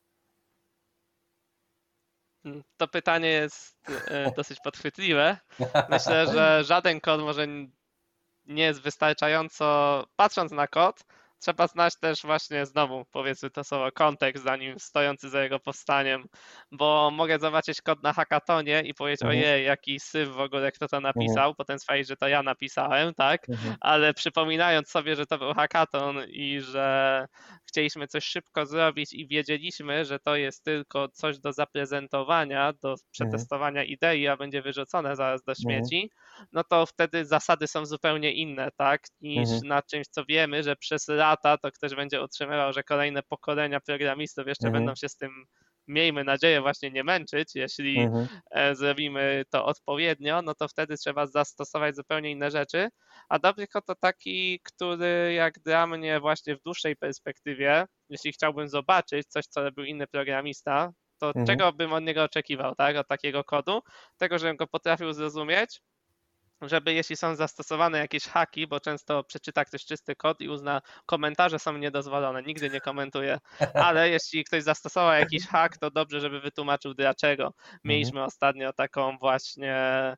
Mm, To pytanie jest e, dosyć podchwytliwe. Myślę, że żaden kod może n- nie jest wystarczająco, patrząc na kod, trzeba znać też właśnie znowu, powiedzmy to słowo, kontekst za nim stojący za jego powstaniem, bo mogę zobaczyć kod na hackatonie i powiedzieć, Mhm, ojej, jaki syf w ogóle, kto to mhm, napisał, potem stwierdzić, że to ja napisałem, tak, mhm, ale przypominając sobie, że to był hackaton i że chcieliśmy coś szybko zrobić i wiedzieliśmy, że to jest tylko coś do zaprezentowania, do mhm, przetestowania idei, a będzie wyrzucone zaraz do mhm, śmieci, no to wtedy zasady są zupełnie inne, tak, niż mhm, na czymś, co wiemy, że przez lata to ktoś będzie utrzymywał, że kolejne pokolenia programistów jeszcze mhm, będą się z tym, miejmy nadzieję, właśnie nie męczyć. Jeśli mhm, e, zrobimy to odpowiednio, no to wtedy trzeba zastosować zupełnie inne rzeczy, a dobry kod to taki, który jak dla mnie właśnie w dłuższej perspektywie, jeśli chciałbym zobaczyć coś, co robił inny programista, to mhm, czego bym od niego oczekiwał, tak, od takiego kodu? Tego, żebym go potrafił zrozumieć, żeby jeśli są zastosowane jakieś haki, bo często przeczyta ktoś czysty kod i uzna, komentarze są niedozwolone, nigdy nie komentuje, ale jeśli ktoś zastosował jakiś hak, to dobrze, żeby wytłumaczył dlaczego. mhm, Mieliśmy ostatnio taką właśnie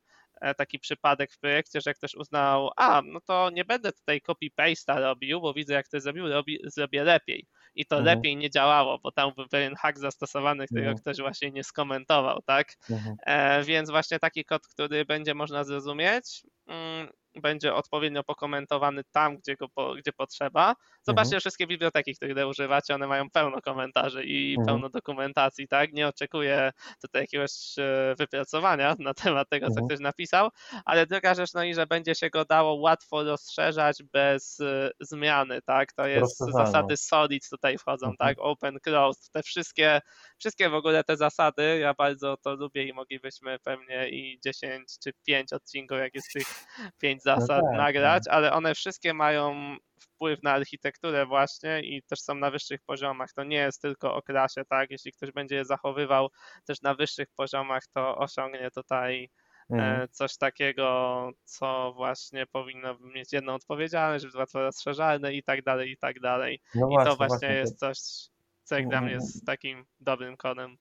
e, taki przypadek w projekcie, że ktoś uznał, a no to nie będę tutaj copy-paste'a robił, bo widzę jak ktoś zrobił, robi, zrobię lepiej. I to mhm, lepiej nie działało, bo tam był pewien hak zastosowany, którego mhm, ktoś właśnie nie skomentował, tak? mhm, E, więc właśnie taki kod, który będzie można zrozumieć, mm, będzie odpowiednio pokomentowany tam, gdzie, go po, gdzie potrzeba. mhm, Zobaczcie wszystkie biblioteki, których używacie, one mają pełno komentarzy i mhm, pełno dokumentacji, tak? Nie oczekuję tutaj jakiegoś e, wypracowania na temat tego, co mhm. ktoś napisał, ale druga rzecz, no i że będzie się go dało łatwo rozszerzać bez e, zmiany, tak? To jest Rozszerzalność. zasady solid tutaj wchodzą, Mhm, tak? Open, closed, te wszystkie wszystkie w ogóle te zasady, ja bardzo to lubię i moglibyśmy pewnie i dziesięć czy pięć odcinków, jak jest tych pięć No zasad, tak, nagrać, ale one wszystkie mają wpływ na architekturę właśnie i też są na wyższych poziomach. To nie jest tylko o klasie, tak? Jeśli ktoś będzie je zachowywał też na wyższych poziomach, to osiągnie tutaj mhm. coś takiego, co właśnie powinno mieć jedną odpowiedzialność, być łatwo rozszerzalne i tak dalej, i tak dalej. No I to właśnie, właśnie właśnie. To, jest coś, co jak mm, dla mnie mm, jest takim dobrym kodem.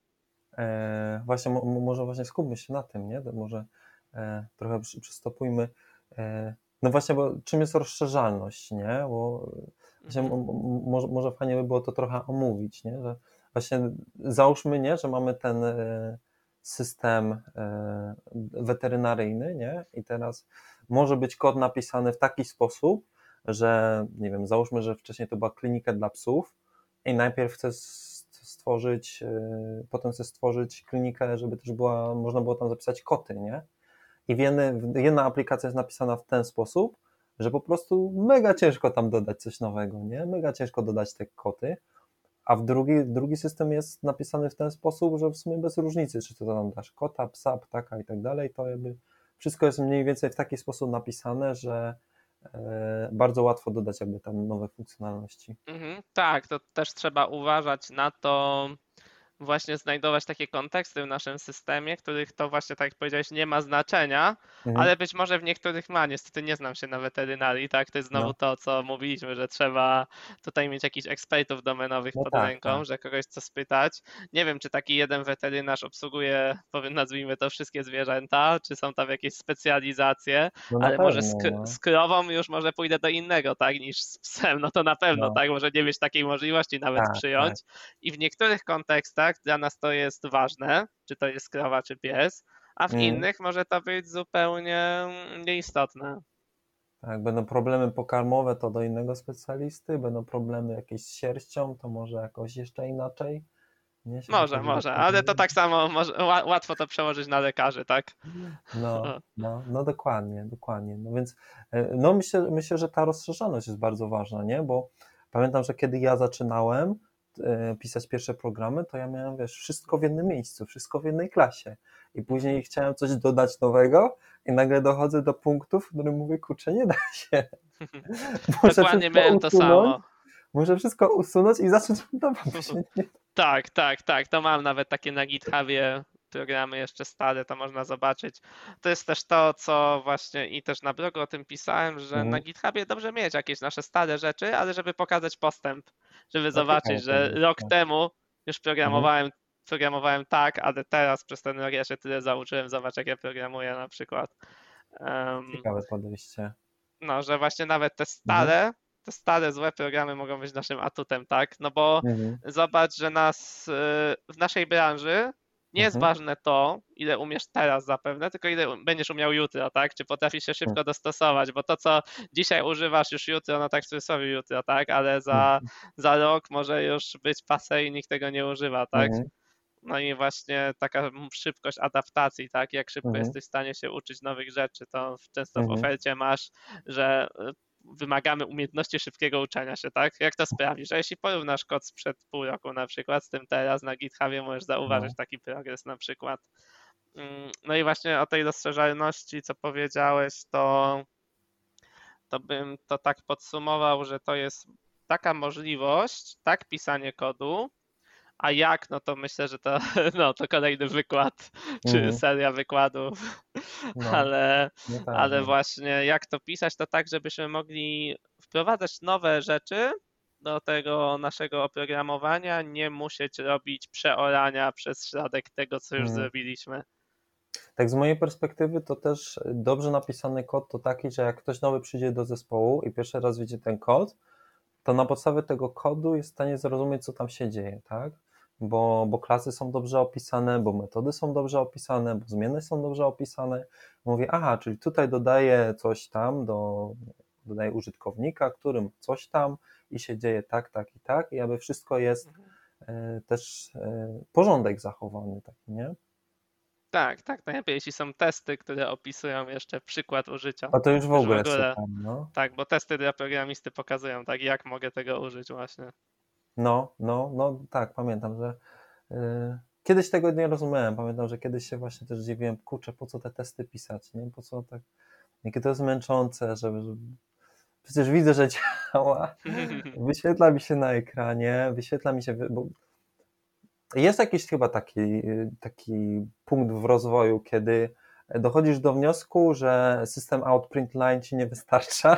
e, właśnie mo, mo- może właśnie skupmy się na tym, nie? To może e, trochę przy, przystopujmy. E, no właśnie, bo czym jest rozszerzalność, nie? Bo właśnie Mhm. m, m, może, może fajnie by było to trochę omówić, nie? Że właśnie załóżmy, nie? Że mamy ten e, system e, weterynaryjny, nie? I teraz może być kod napisany w taki sposób, że nie wiem, załóżmy, że wcześniej to była klinika dla psów i najpierw chcę stworzyć, potem chcę stworzyć klinikę, żeby też była, można było tam zapisać koty, nie? I wiemy, jedna aplikacja jest napisana w ten sposób, że po prostu mega ciężko tam dodać coś nowego, nie? Mega ciężko dodać te koty, a w drugi, drugi system jest napisany w ten sposób, że w sumie bez różnicy, czy to tam dasz kota, psa, ptaka i tak dalej, to jakby wszystko jest mniej więcej w taki sposób napisane, że e, bardzo łatwo dodać jakby tam nowe funkcjonalności. Mhm. Tak, to też trzeba uważać na to, właśnie znajdować takie konteksty w naszym systemie, których to właśnie, tak jak powiedziałeś, nie ma znaczenia, Mhm. ale być może w niektórych ma. Niestety nie znam się na weterynarii, tak? To jest znowu No, to, co mówiliśmy, że trzeba tutaj mieć jakichś ekspertów domenowych no pod tak, ręką, tak. że kogoś co spytać. Nie wiem, czy taki jeden weterynarz obsługuje, powiem, nazwijmy to, wszystkie zwierzęta, czy są tam jakieś specjalizacje, No na ale może pewno, z, no. z krową już może pójdę do innego, tak, niż z psem, no to na pewno, No, tak, może nie mieć takiej możliwości nawet tak, tak. przyjąć. I w niektórych kontekstach dla nas to jest ważne, czy to jest krowa, czy pies, a w Mm, innych może to być zupełnie nieistotne. tak, będą problemy pokarmowe, to do innego specjalisty, będą problemy jakieś z sierścią, to może jakoś jeszcze inaczej, nie się Może, wychodzi może, ale to dokładnie. tak samo może, ła- łatwo to przełożyć na lekarzy, tak? No, no, no dokładnie, dokładnie. No więc e, no myślę, myślę, że ta rozszerzoność jest bardzo ważna, nie? Bo pamiętam, że kiedy ja zaczynałem e, pisać pierwsze programy, to ja miałem, wiesz, wszystko w jednym miejscu, wszystko w jednej klasie. I później chciałem coś dodać nowego i nagle dochodzę do punktów, w którym mówię, kurczę, nie da się. Muszę Dokładnie wszystko miałem to usunąć, samo. muszę wszystko usunąć i zacząć od nowa, bo się nie... Tak, tak, tak. To mam nawet takie na GitHubie programy jeszcze stare, to można zobaczyć. To jest też to, co właśnie i też na blogu o tym pisałem, że na Mhm. GitHubie dobrze mieć jakieś nasze stare rzeczy, ale żeby pokazać postęp, żeby No ciekawe zobaczyć, że rok podejście. temu już Mhm. programowałem, programowałem tak, ale teraz przez ten rok ja się tyle zauczyłem, zobacz jak ja programuję na przykład. Um, Ciekawe podejście. no, że właśnie nawet te Mhm. stare, te stare złe programy mogą być naszym atutem, tak? No bo Mhm. zobacz, że nas y, w naszej branży nie jest Mhm. ważne to, ile umiesz teraz zapewne, tylko ile um- będziesz umiał jutro, tak? Czy potrafisz się szybko dostosować, bo to, co dzisiaj używasz już jutro, no tak w cudzysłowie jutro, tak? Ale za, Mhm. za rok może już być passé i nikt tego nie używa, tak? Mhm. No i właśnie taka m- szybkość adaptacji, tak? Jak szybko Mhm. jesteś w stanie się uczyć nowych rzeczy, to w- często w Mhm. ofercie masz, że y, wymagamy umiejętności szybkiego uczenia się, tak? Jak to sprawisz? Że jeśli porównasz kod sprzed pół roku na przykład z tym teraz na GitHubie, możesz zauważyć No. taki progres na przykład. Mm, No i właśnie o tej rozszerzalności, co powiedziałeś, to, to bym to tak podsumował, że to jest taka możliwość, tak pisanie kodu, a jak, no to myślę, że to, no, to kolejny wykład, czy Mhm. seria wykładów, No. ale, No tak, ale no. właśnie jak to pisać, to tak, żebyśmy mogli wprowadzać nowe rzeczy do tego naszego oprogramowania, nie musieć robić przeorania przez środek tego, co już Mhm. zrobiliśmy. Tak z mojej perspektywy to też dobrze napisany kod to taki, że jak ktoś nowy przyjdzie do zespołu i pierwszy raz widzi ten kod, to na podstawie tego kodu jest w stanie zrozumieć, co tam się dzieje, tak? Bo, bo klasy są dobrze opisane, bo metody są dobrze opisane, bo zmiany są dobrze opisane. Mówię, aha, czyli tutaj dodaję coś tam, do, dodaję użytkownika, którym coś tam i się dzieje tak, tak i tak i aby wszystko jest e, też e, porządek zachowany taki, nie? Tak, tak, najlepiej jeśli są testy, które opisują jeszcze przykład użycia. A to już w Już w ogóle ogóle, super, no. tak, bo testy dla programisty pokazują, tak, jak mogę tego użyć właśnie. No, no, no tak, pamiętam, że Yy, Kiedyś tego nie rozumiałem. Pamiętam, że kiedyś się właśnie też dziwiłem, kurczę, po co te testy pisać, nie? Po co tak, jakie to jest męczące, żeby, żeby... Przecież widzę, że działa, wyświetla mi się na ekranie, wyświetla mi się, bo jest jakiś chyba taki, taki punkt w rozwoju, kiedy dochodzisz do wniosku, że system outprint line ci nie wystarcza,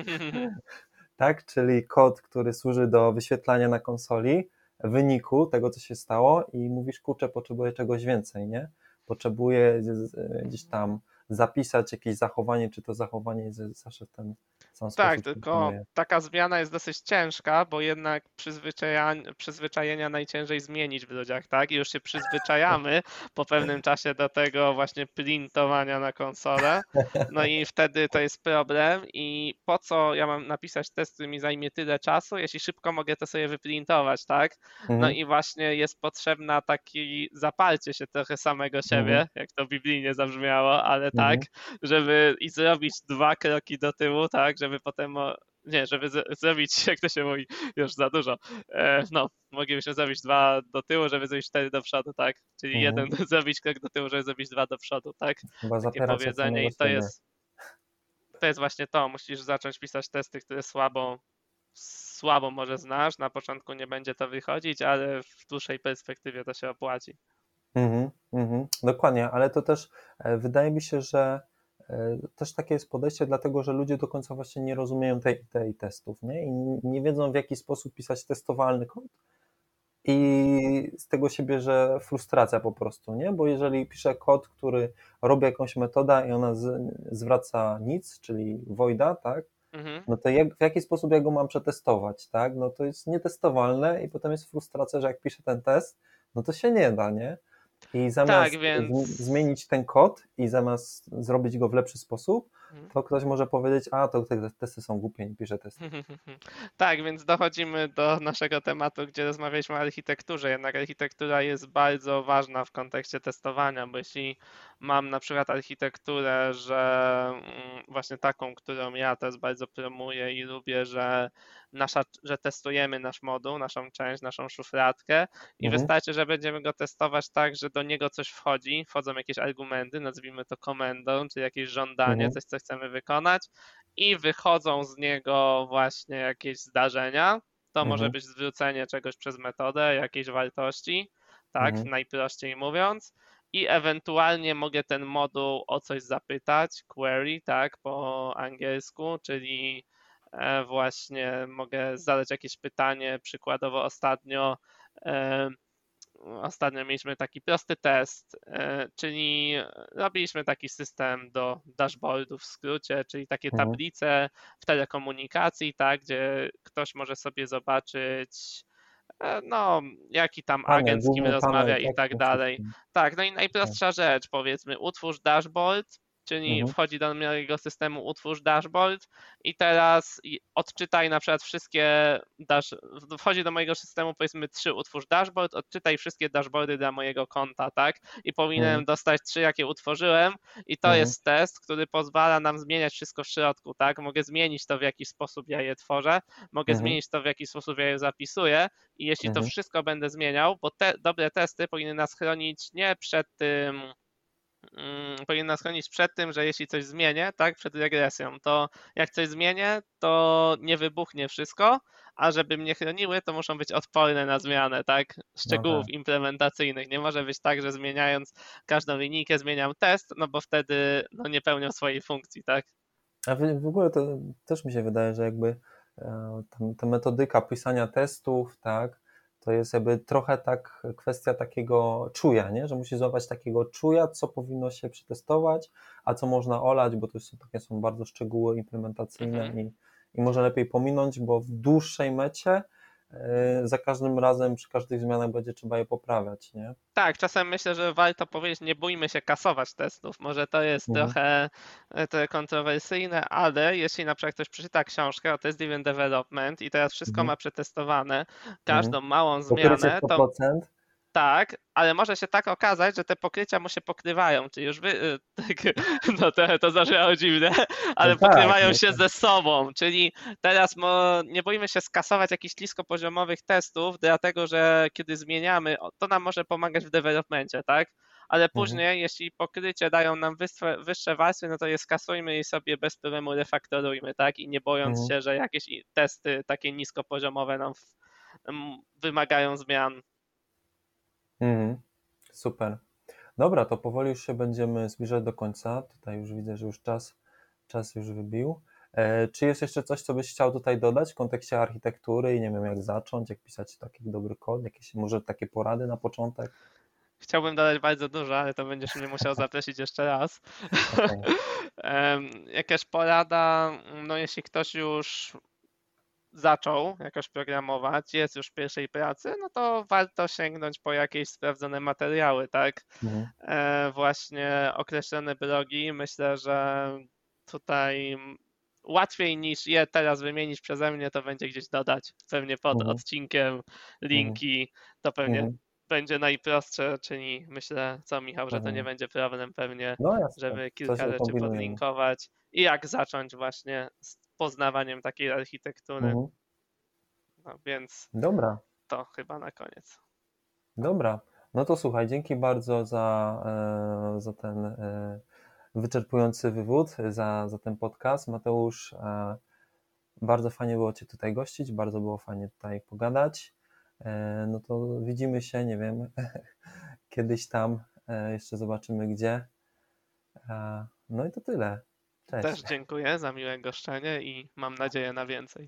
tak? Czyli kod, który służy do wyświetlania na konsoli wyniku tego, co się stało i mówisz, kurczę, potrzebuję czegoś więcej, nie? Potrzebuję gdzieś tam zapisać jakieś zachowanie, czy to zachowanie jest zawsze w ten sam Tak, sposób tylko funkcjonuje. taka zmiana jest dosyć ciężka, bo jednak przyzwyczajenia, przyzwyczajenia najciężej zmienić w ludziach, tak? I już się przyzwyczajamy po pewnym czasie do tego właśnie printowania na konsolę. No i wtedy to jest problem i po co ja mam napisać test, który mi zajmie tyle czasu, jeśli szybko mogę to sobie wyprintować, tak? No Mhm, i właśnie jest potrzebna taki zaparcie się trochę samego mhm, siebie, jak to biblijnie zabrzmiało, ale tak, mhm, żeby i zrobić dwa kroki do tyłu, tak, żeby potem, o- nie, żeby z- zrobić, jak to się mówi, już za dużo, e, no, moglibyśmy zrobić dwa do tyłu, żeby zrobić cztery do przodu, tak, czyli mhm. jeden zrobić krok do tyłu, żeby zrobić dwa do przodu, tak, Chyba takie zapierać od powiedzenie samego i to siebie. jest, to jest właśnie to, musisz zacząć pisać testy, które słabo, słabo może znasz, na początku nie będzie to wychodzić, ale w dłuższej perspektywie to się opłaci. Mhm, mhm, dokładnie, ale to też e, wydaje mi się, że e, też takie jest podejście, dlatego że ludzie do końca właśnie nie rozumieją tej idei testów, nie? I nie wiedzą, w jaki sposób pisać testowalny kod i z tego się bierze frustracja po prostu, nie? Bo jeżeli piszę kod, który robi jakąś metodę i ona z, zwraca nic, czyli voida, tak? Mhm. No to jak, w jaki sposób ja go mam przetestować, tak? No to jest nietestowalne i potem jest frustracja, że jak piszę ten test, no to się nie da, nie? I Tak, zamiast więc... z- zmienić ten kod i zamiast zrobić go w lepszy sposób, Mhm. to ktoś może powiedzieć, a to te testy są głupie, nie piszę testy. Tak, więc dochodzimy do naszego tematu, gdzie rozmawialiśmy o architekturze. Jednak architektura jest bardzo ważna w kontekście testowania, bo jeśli mam na przykład architekturę, że mm, właśnie taką, którą ja też bardzo promuję i lubię, że nasza, że testujemy nasz moduł, naszą część, naszą szufladkę i Mhm, wystarczy, że będziemy go testować tak, że do niego coś wchodzi, wchodzą jakieś argumenty, nazwijmy to komendą, czy jakieś żądanie, mhm, coś, co chcemy wykonać i wychodzą z niego właśnie jakieś zdarzenia. To może mhm, być zwrócenie czegoś przez metodę, jakiejś wartości, tak, mhm, najprościej mówiąc. I ewentualnie mogę ten moduł o coś zapytać, query, tak, po angielsku, czyli e, właśnie mogę zadać jakieś pytanie, przykładowo ostatnio e, Ostatnio mieliśmy taki prosty test, e, czyli robiliśmy taki system do dashboardu w skrócie, czyli takie mhm. tablice w telekomunikacji, tak, gdzie ktoś może sobie zobaczyć, e, no, jaki tam Panel, agent z kim główny panel rozmawia i tak tekstu, dalej. wszystkim. Tak, no i Tak. najprostsza rzecz, powiedzmy, utwórz dashboard, czyli Mhm, wchodzi do mojego systemu utwórz dashboard i teraz i- odczytaj na przykład wszystkie, dash, wchodzi do mojego systemu powiedzmy trzy utwórz dashboard, odczytaj wszystkie dashboardy dla mojego konta, tak? I mhm, powinienem dostać trzy, jakie utworzyłem i to mhm, jest test, który pozwala nam zmieniać wszystko w środku, tak? Mogę zmienić to, w jaki sposób ja je tworzę, mogę mhm, zmienić to, w jaki sposób ja je zapisuję i jeśli to mhm, wszystko będę zmieniał, bo te dobre testy powinny nas chronić nie przed tym, mm, powinien nas chronić przed tym, że jeśli coś zmienię, tak, przed regresją, to jak coś zmienię, to nie wybuchnie wszystko, a żeby mnie chroniły, to muszą być odporne na zmianę, tak, no tak. szczegółów implementacyjnych. Nie może być tak, że zmieniając każdą linijkę zmieniam test, no bo wtedy no, nie pełnią swojej funkcji, tak. A w, w ogóle to też mi się wydaje, że jakby e, ta, ta metodyka pisania testów, tak, to jest jakby trochę tak kwestia takiego czuja, nie? Że musisz złapać takiego czuja, co powinno się przetestować, a co można olać, bo to są takie są bardzo szczegóły implementacyjne Mhm. i, i może lepiej pominąć, bo w dłuższej mecie e, za każdym razem przy każdych zmianach będzie trzeba je poprawiać, nie? Tak, czasem myślę, że warto powiedzieć, nie bójmy się kasować testów. Może to jest Mhm, trochę, e, trochę kontrowersyjne, ale jeśli na przykład ktoś przeczyta książkę o Test Driven Development i teraz wszystko mhm, ma przetestowane, mhm. każdą małą Pokrycie zmianę, to sto procent. tak, ale może się tak okazać, że te pokrycia mu się pokrywają, czyli już wy, tak, no to, to zabrzmiało dziwne, ale No tak, pokrywają no się tak. ze sobą, czyli teraz mo, nie boimy się skasować jakichś niskopoziomowych testów, dlatego że kiedy zmieniamy, to nam może pomagać w developmencie, tak? Ale później, Mhm. jeśli pokrycie dają nam wyższe, wyższe warstwy, no to je skasujmy i sobie bez problemu refaktorujmy, tak? I nie bojąc Mhm. się, że jakieś testy takie niskopoziomowe nam w, m, wymagają zmian. Mhm. Super. Dobra, to powoli już się będziemy zbliżać do końca. Tutaj już widzę, że już czas, czas już wybił. E, czy jest jeszcze coś, co byś chciał tutaj dodać w kontekście architektury i nie wiem, jak zacząć, jak pisać taki dobry kod, jakieś może takie porady na początek? Chciałbym dodać bardzo dużo, ale to będziesz mnie musiał zaprosić jeszcze raz. Okay. Em, Jakaś porada, no jeśli ktoś już zaczął jakoś programować, jest już w pierwszej pracy, no to warto sięgnąć po jakieś sprawdzone materiały, tak? Mhm. E, właśnie określone blogi, myślę, że tutaj łatwiej niż je teraz wymienić przeze mnie, to będzie gdzieś dodać pewnie pod Mhm. odcinkiem Mhm. linki, to pewnie Mhm. będzie najprostsze, czyli myślę, co Michał, że to nie Mhm. będzie problem pewnie, No jasne, żeby coś kilka rzeczy ukombinujemy. podlinkować i jak zacząć właśnie z poznawaniem takiej architektury. Mhm. No więc Dobra, to chyba na koniec. dobra. No to słuchaj, dzięki bardzo za, e, za ten e, wyczerpujący wywód, za, za ten podcast. Mateusz, e, bardzo fajnie było Cię tutaj gościć, bardzo było fajnie tutaj pogadać. E, no to widzimy się, nie wiem, kiedyś tam, e, jeszcze zobaczymy gdzie. E, no i to tyle. Też Cześć. dziękuję za miłe goszczenie i mam nadzieję na więcej.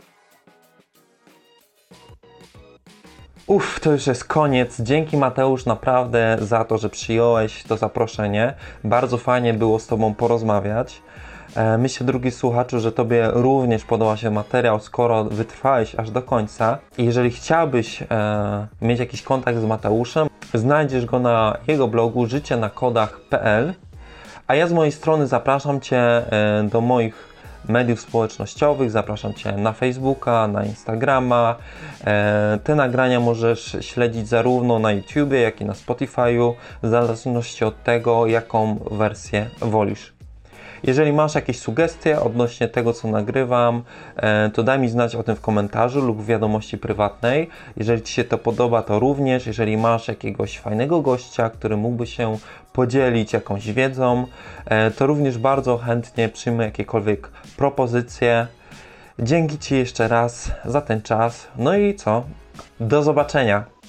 Uff, to już jest koniec. Dzięki Mateusz naprawdę za to, że przyjąłeś to zaproszenie. Bardzo fajnie było z Tobą porozmawiać. E, myślę, drugi słuchaczu, że Tobie również podoba się materiał, skoro wytrwałeś aż do końca. I jeżeli chciałbyś e, mieć jakiś kontakt z Mateuszem, znajdziesz go na jego blogu życie na kodach kropka p l. A ja z mojej strony zapraszam Cię e, do moich mediów społecznościowych, zapraszam Cię na Facebooka, na Instagrama. E, te nagrania możesz śledzić zarówno na YouTubie, jak i na Spotify'u, w zależności od tego, jaką wersję wolisz. Jeżeli masz jakieś sugestie odnośnie tego, co nagrywam, to daj mi znać o tym w komentarzu lub w wiadomości prywatnej. Jeżeli Ci się to podoba, to również. Jeżeli masz jakiegoś fajnego gościa, który mógłby się podzielić jakąś wiedzą, to również bardzo chętnie przyjmę jakiekolwiek propozycje. Dzięki Ci jeszcze raz za ten czas. No i co? Do zobaczenia!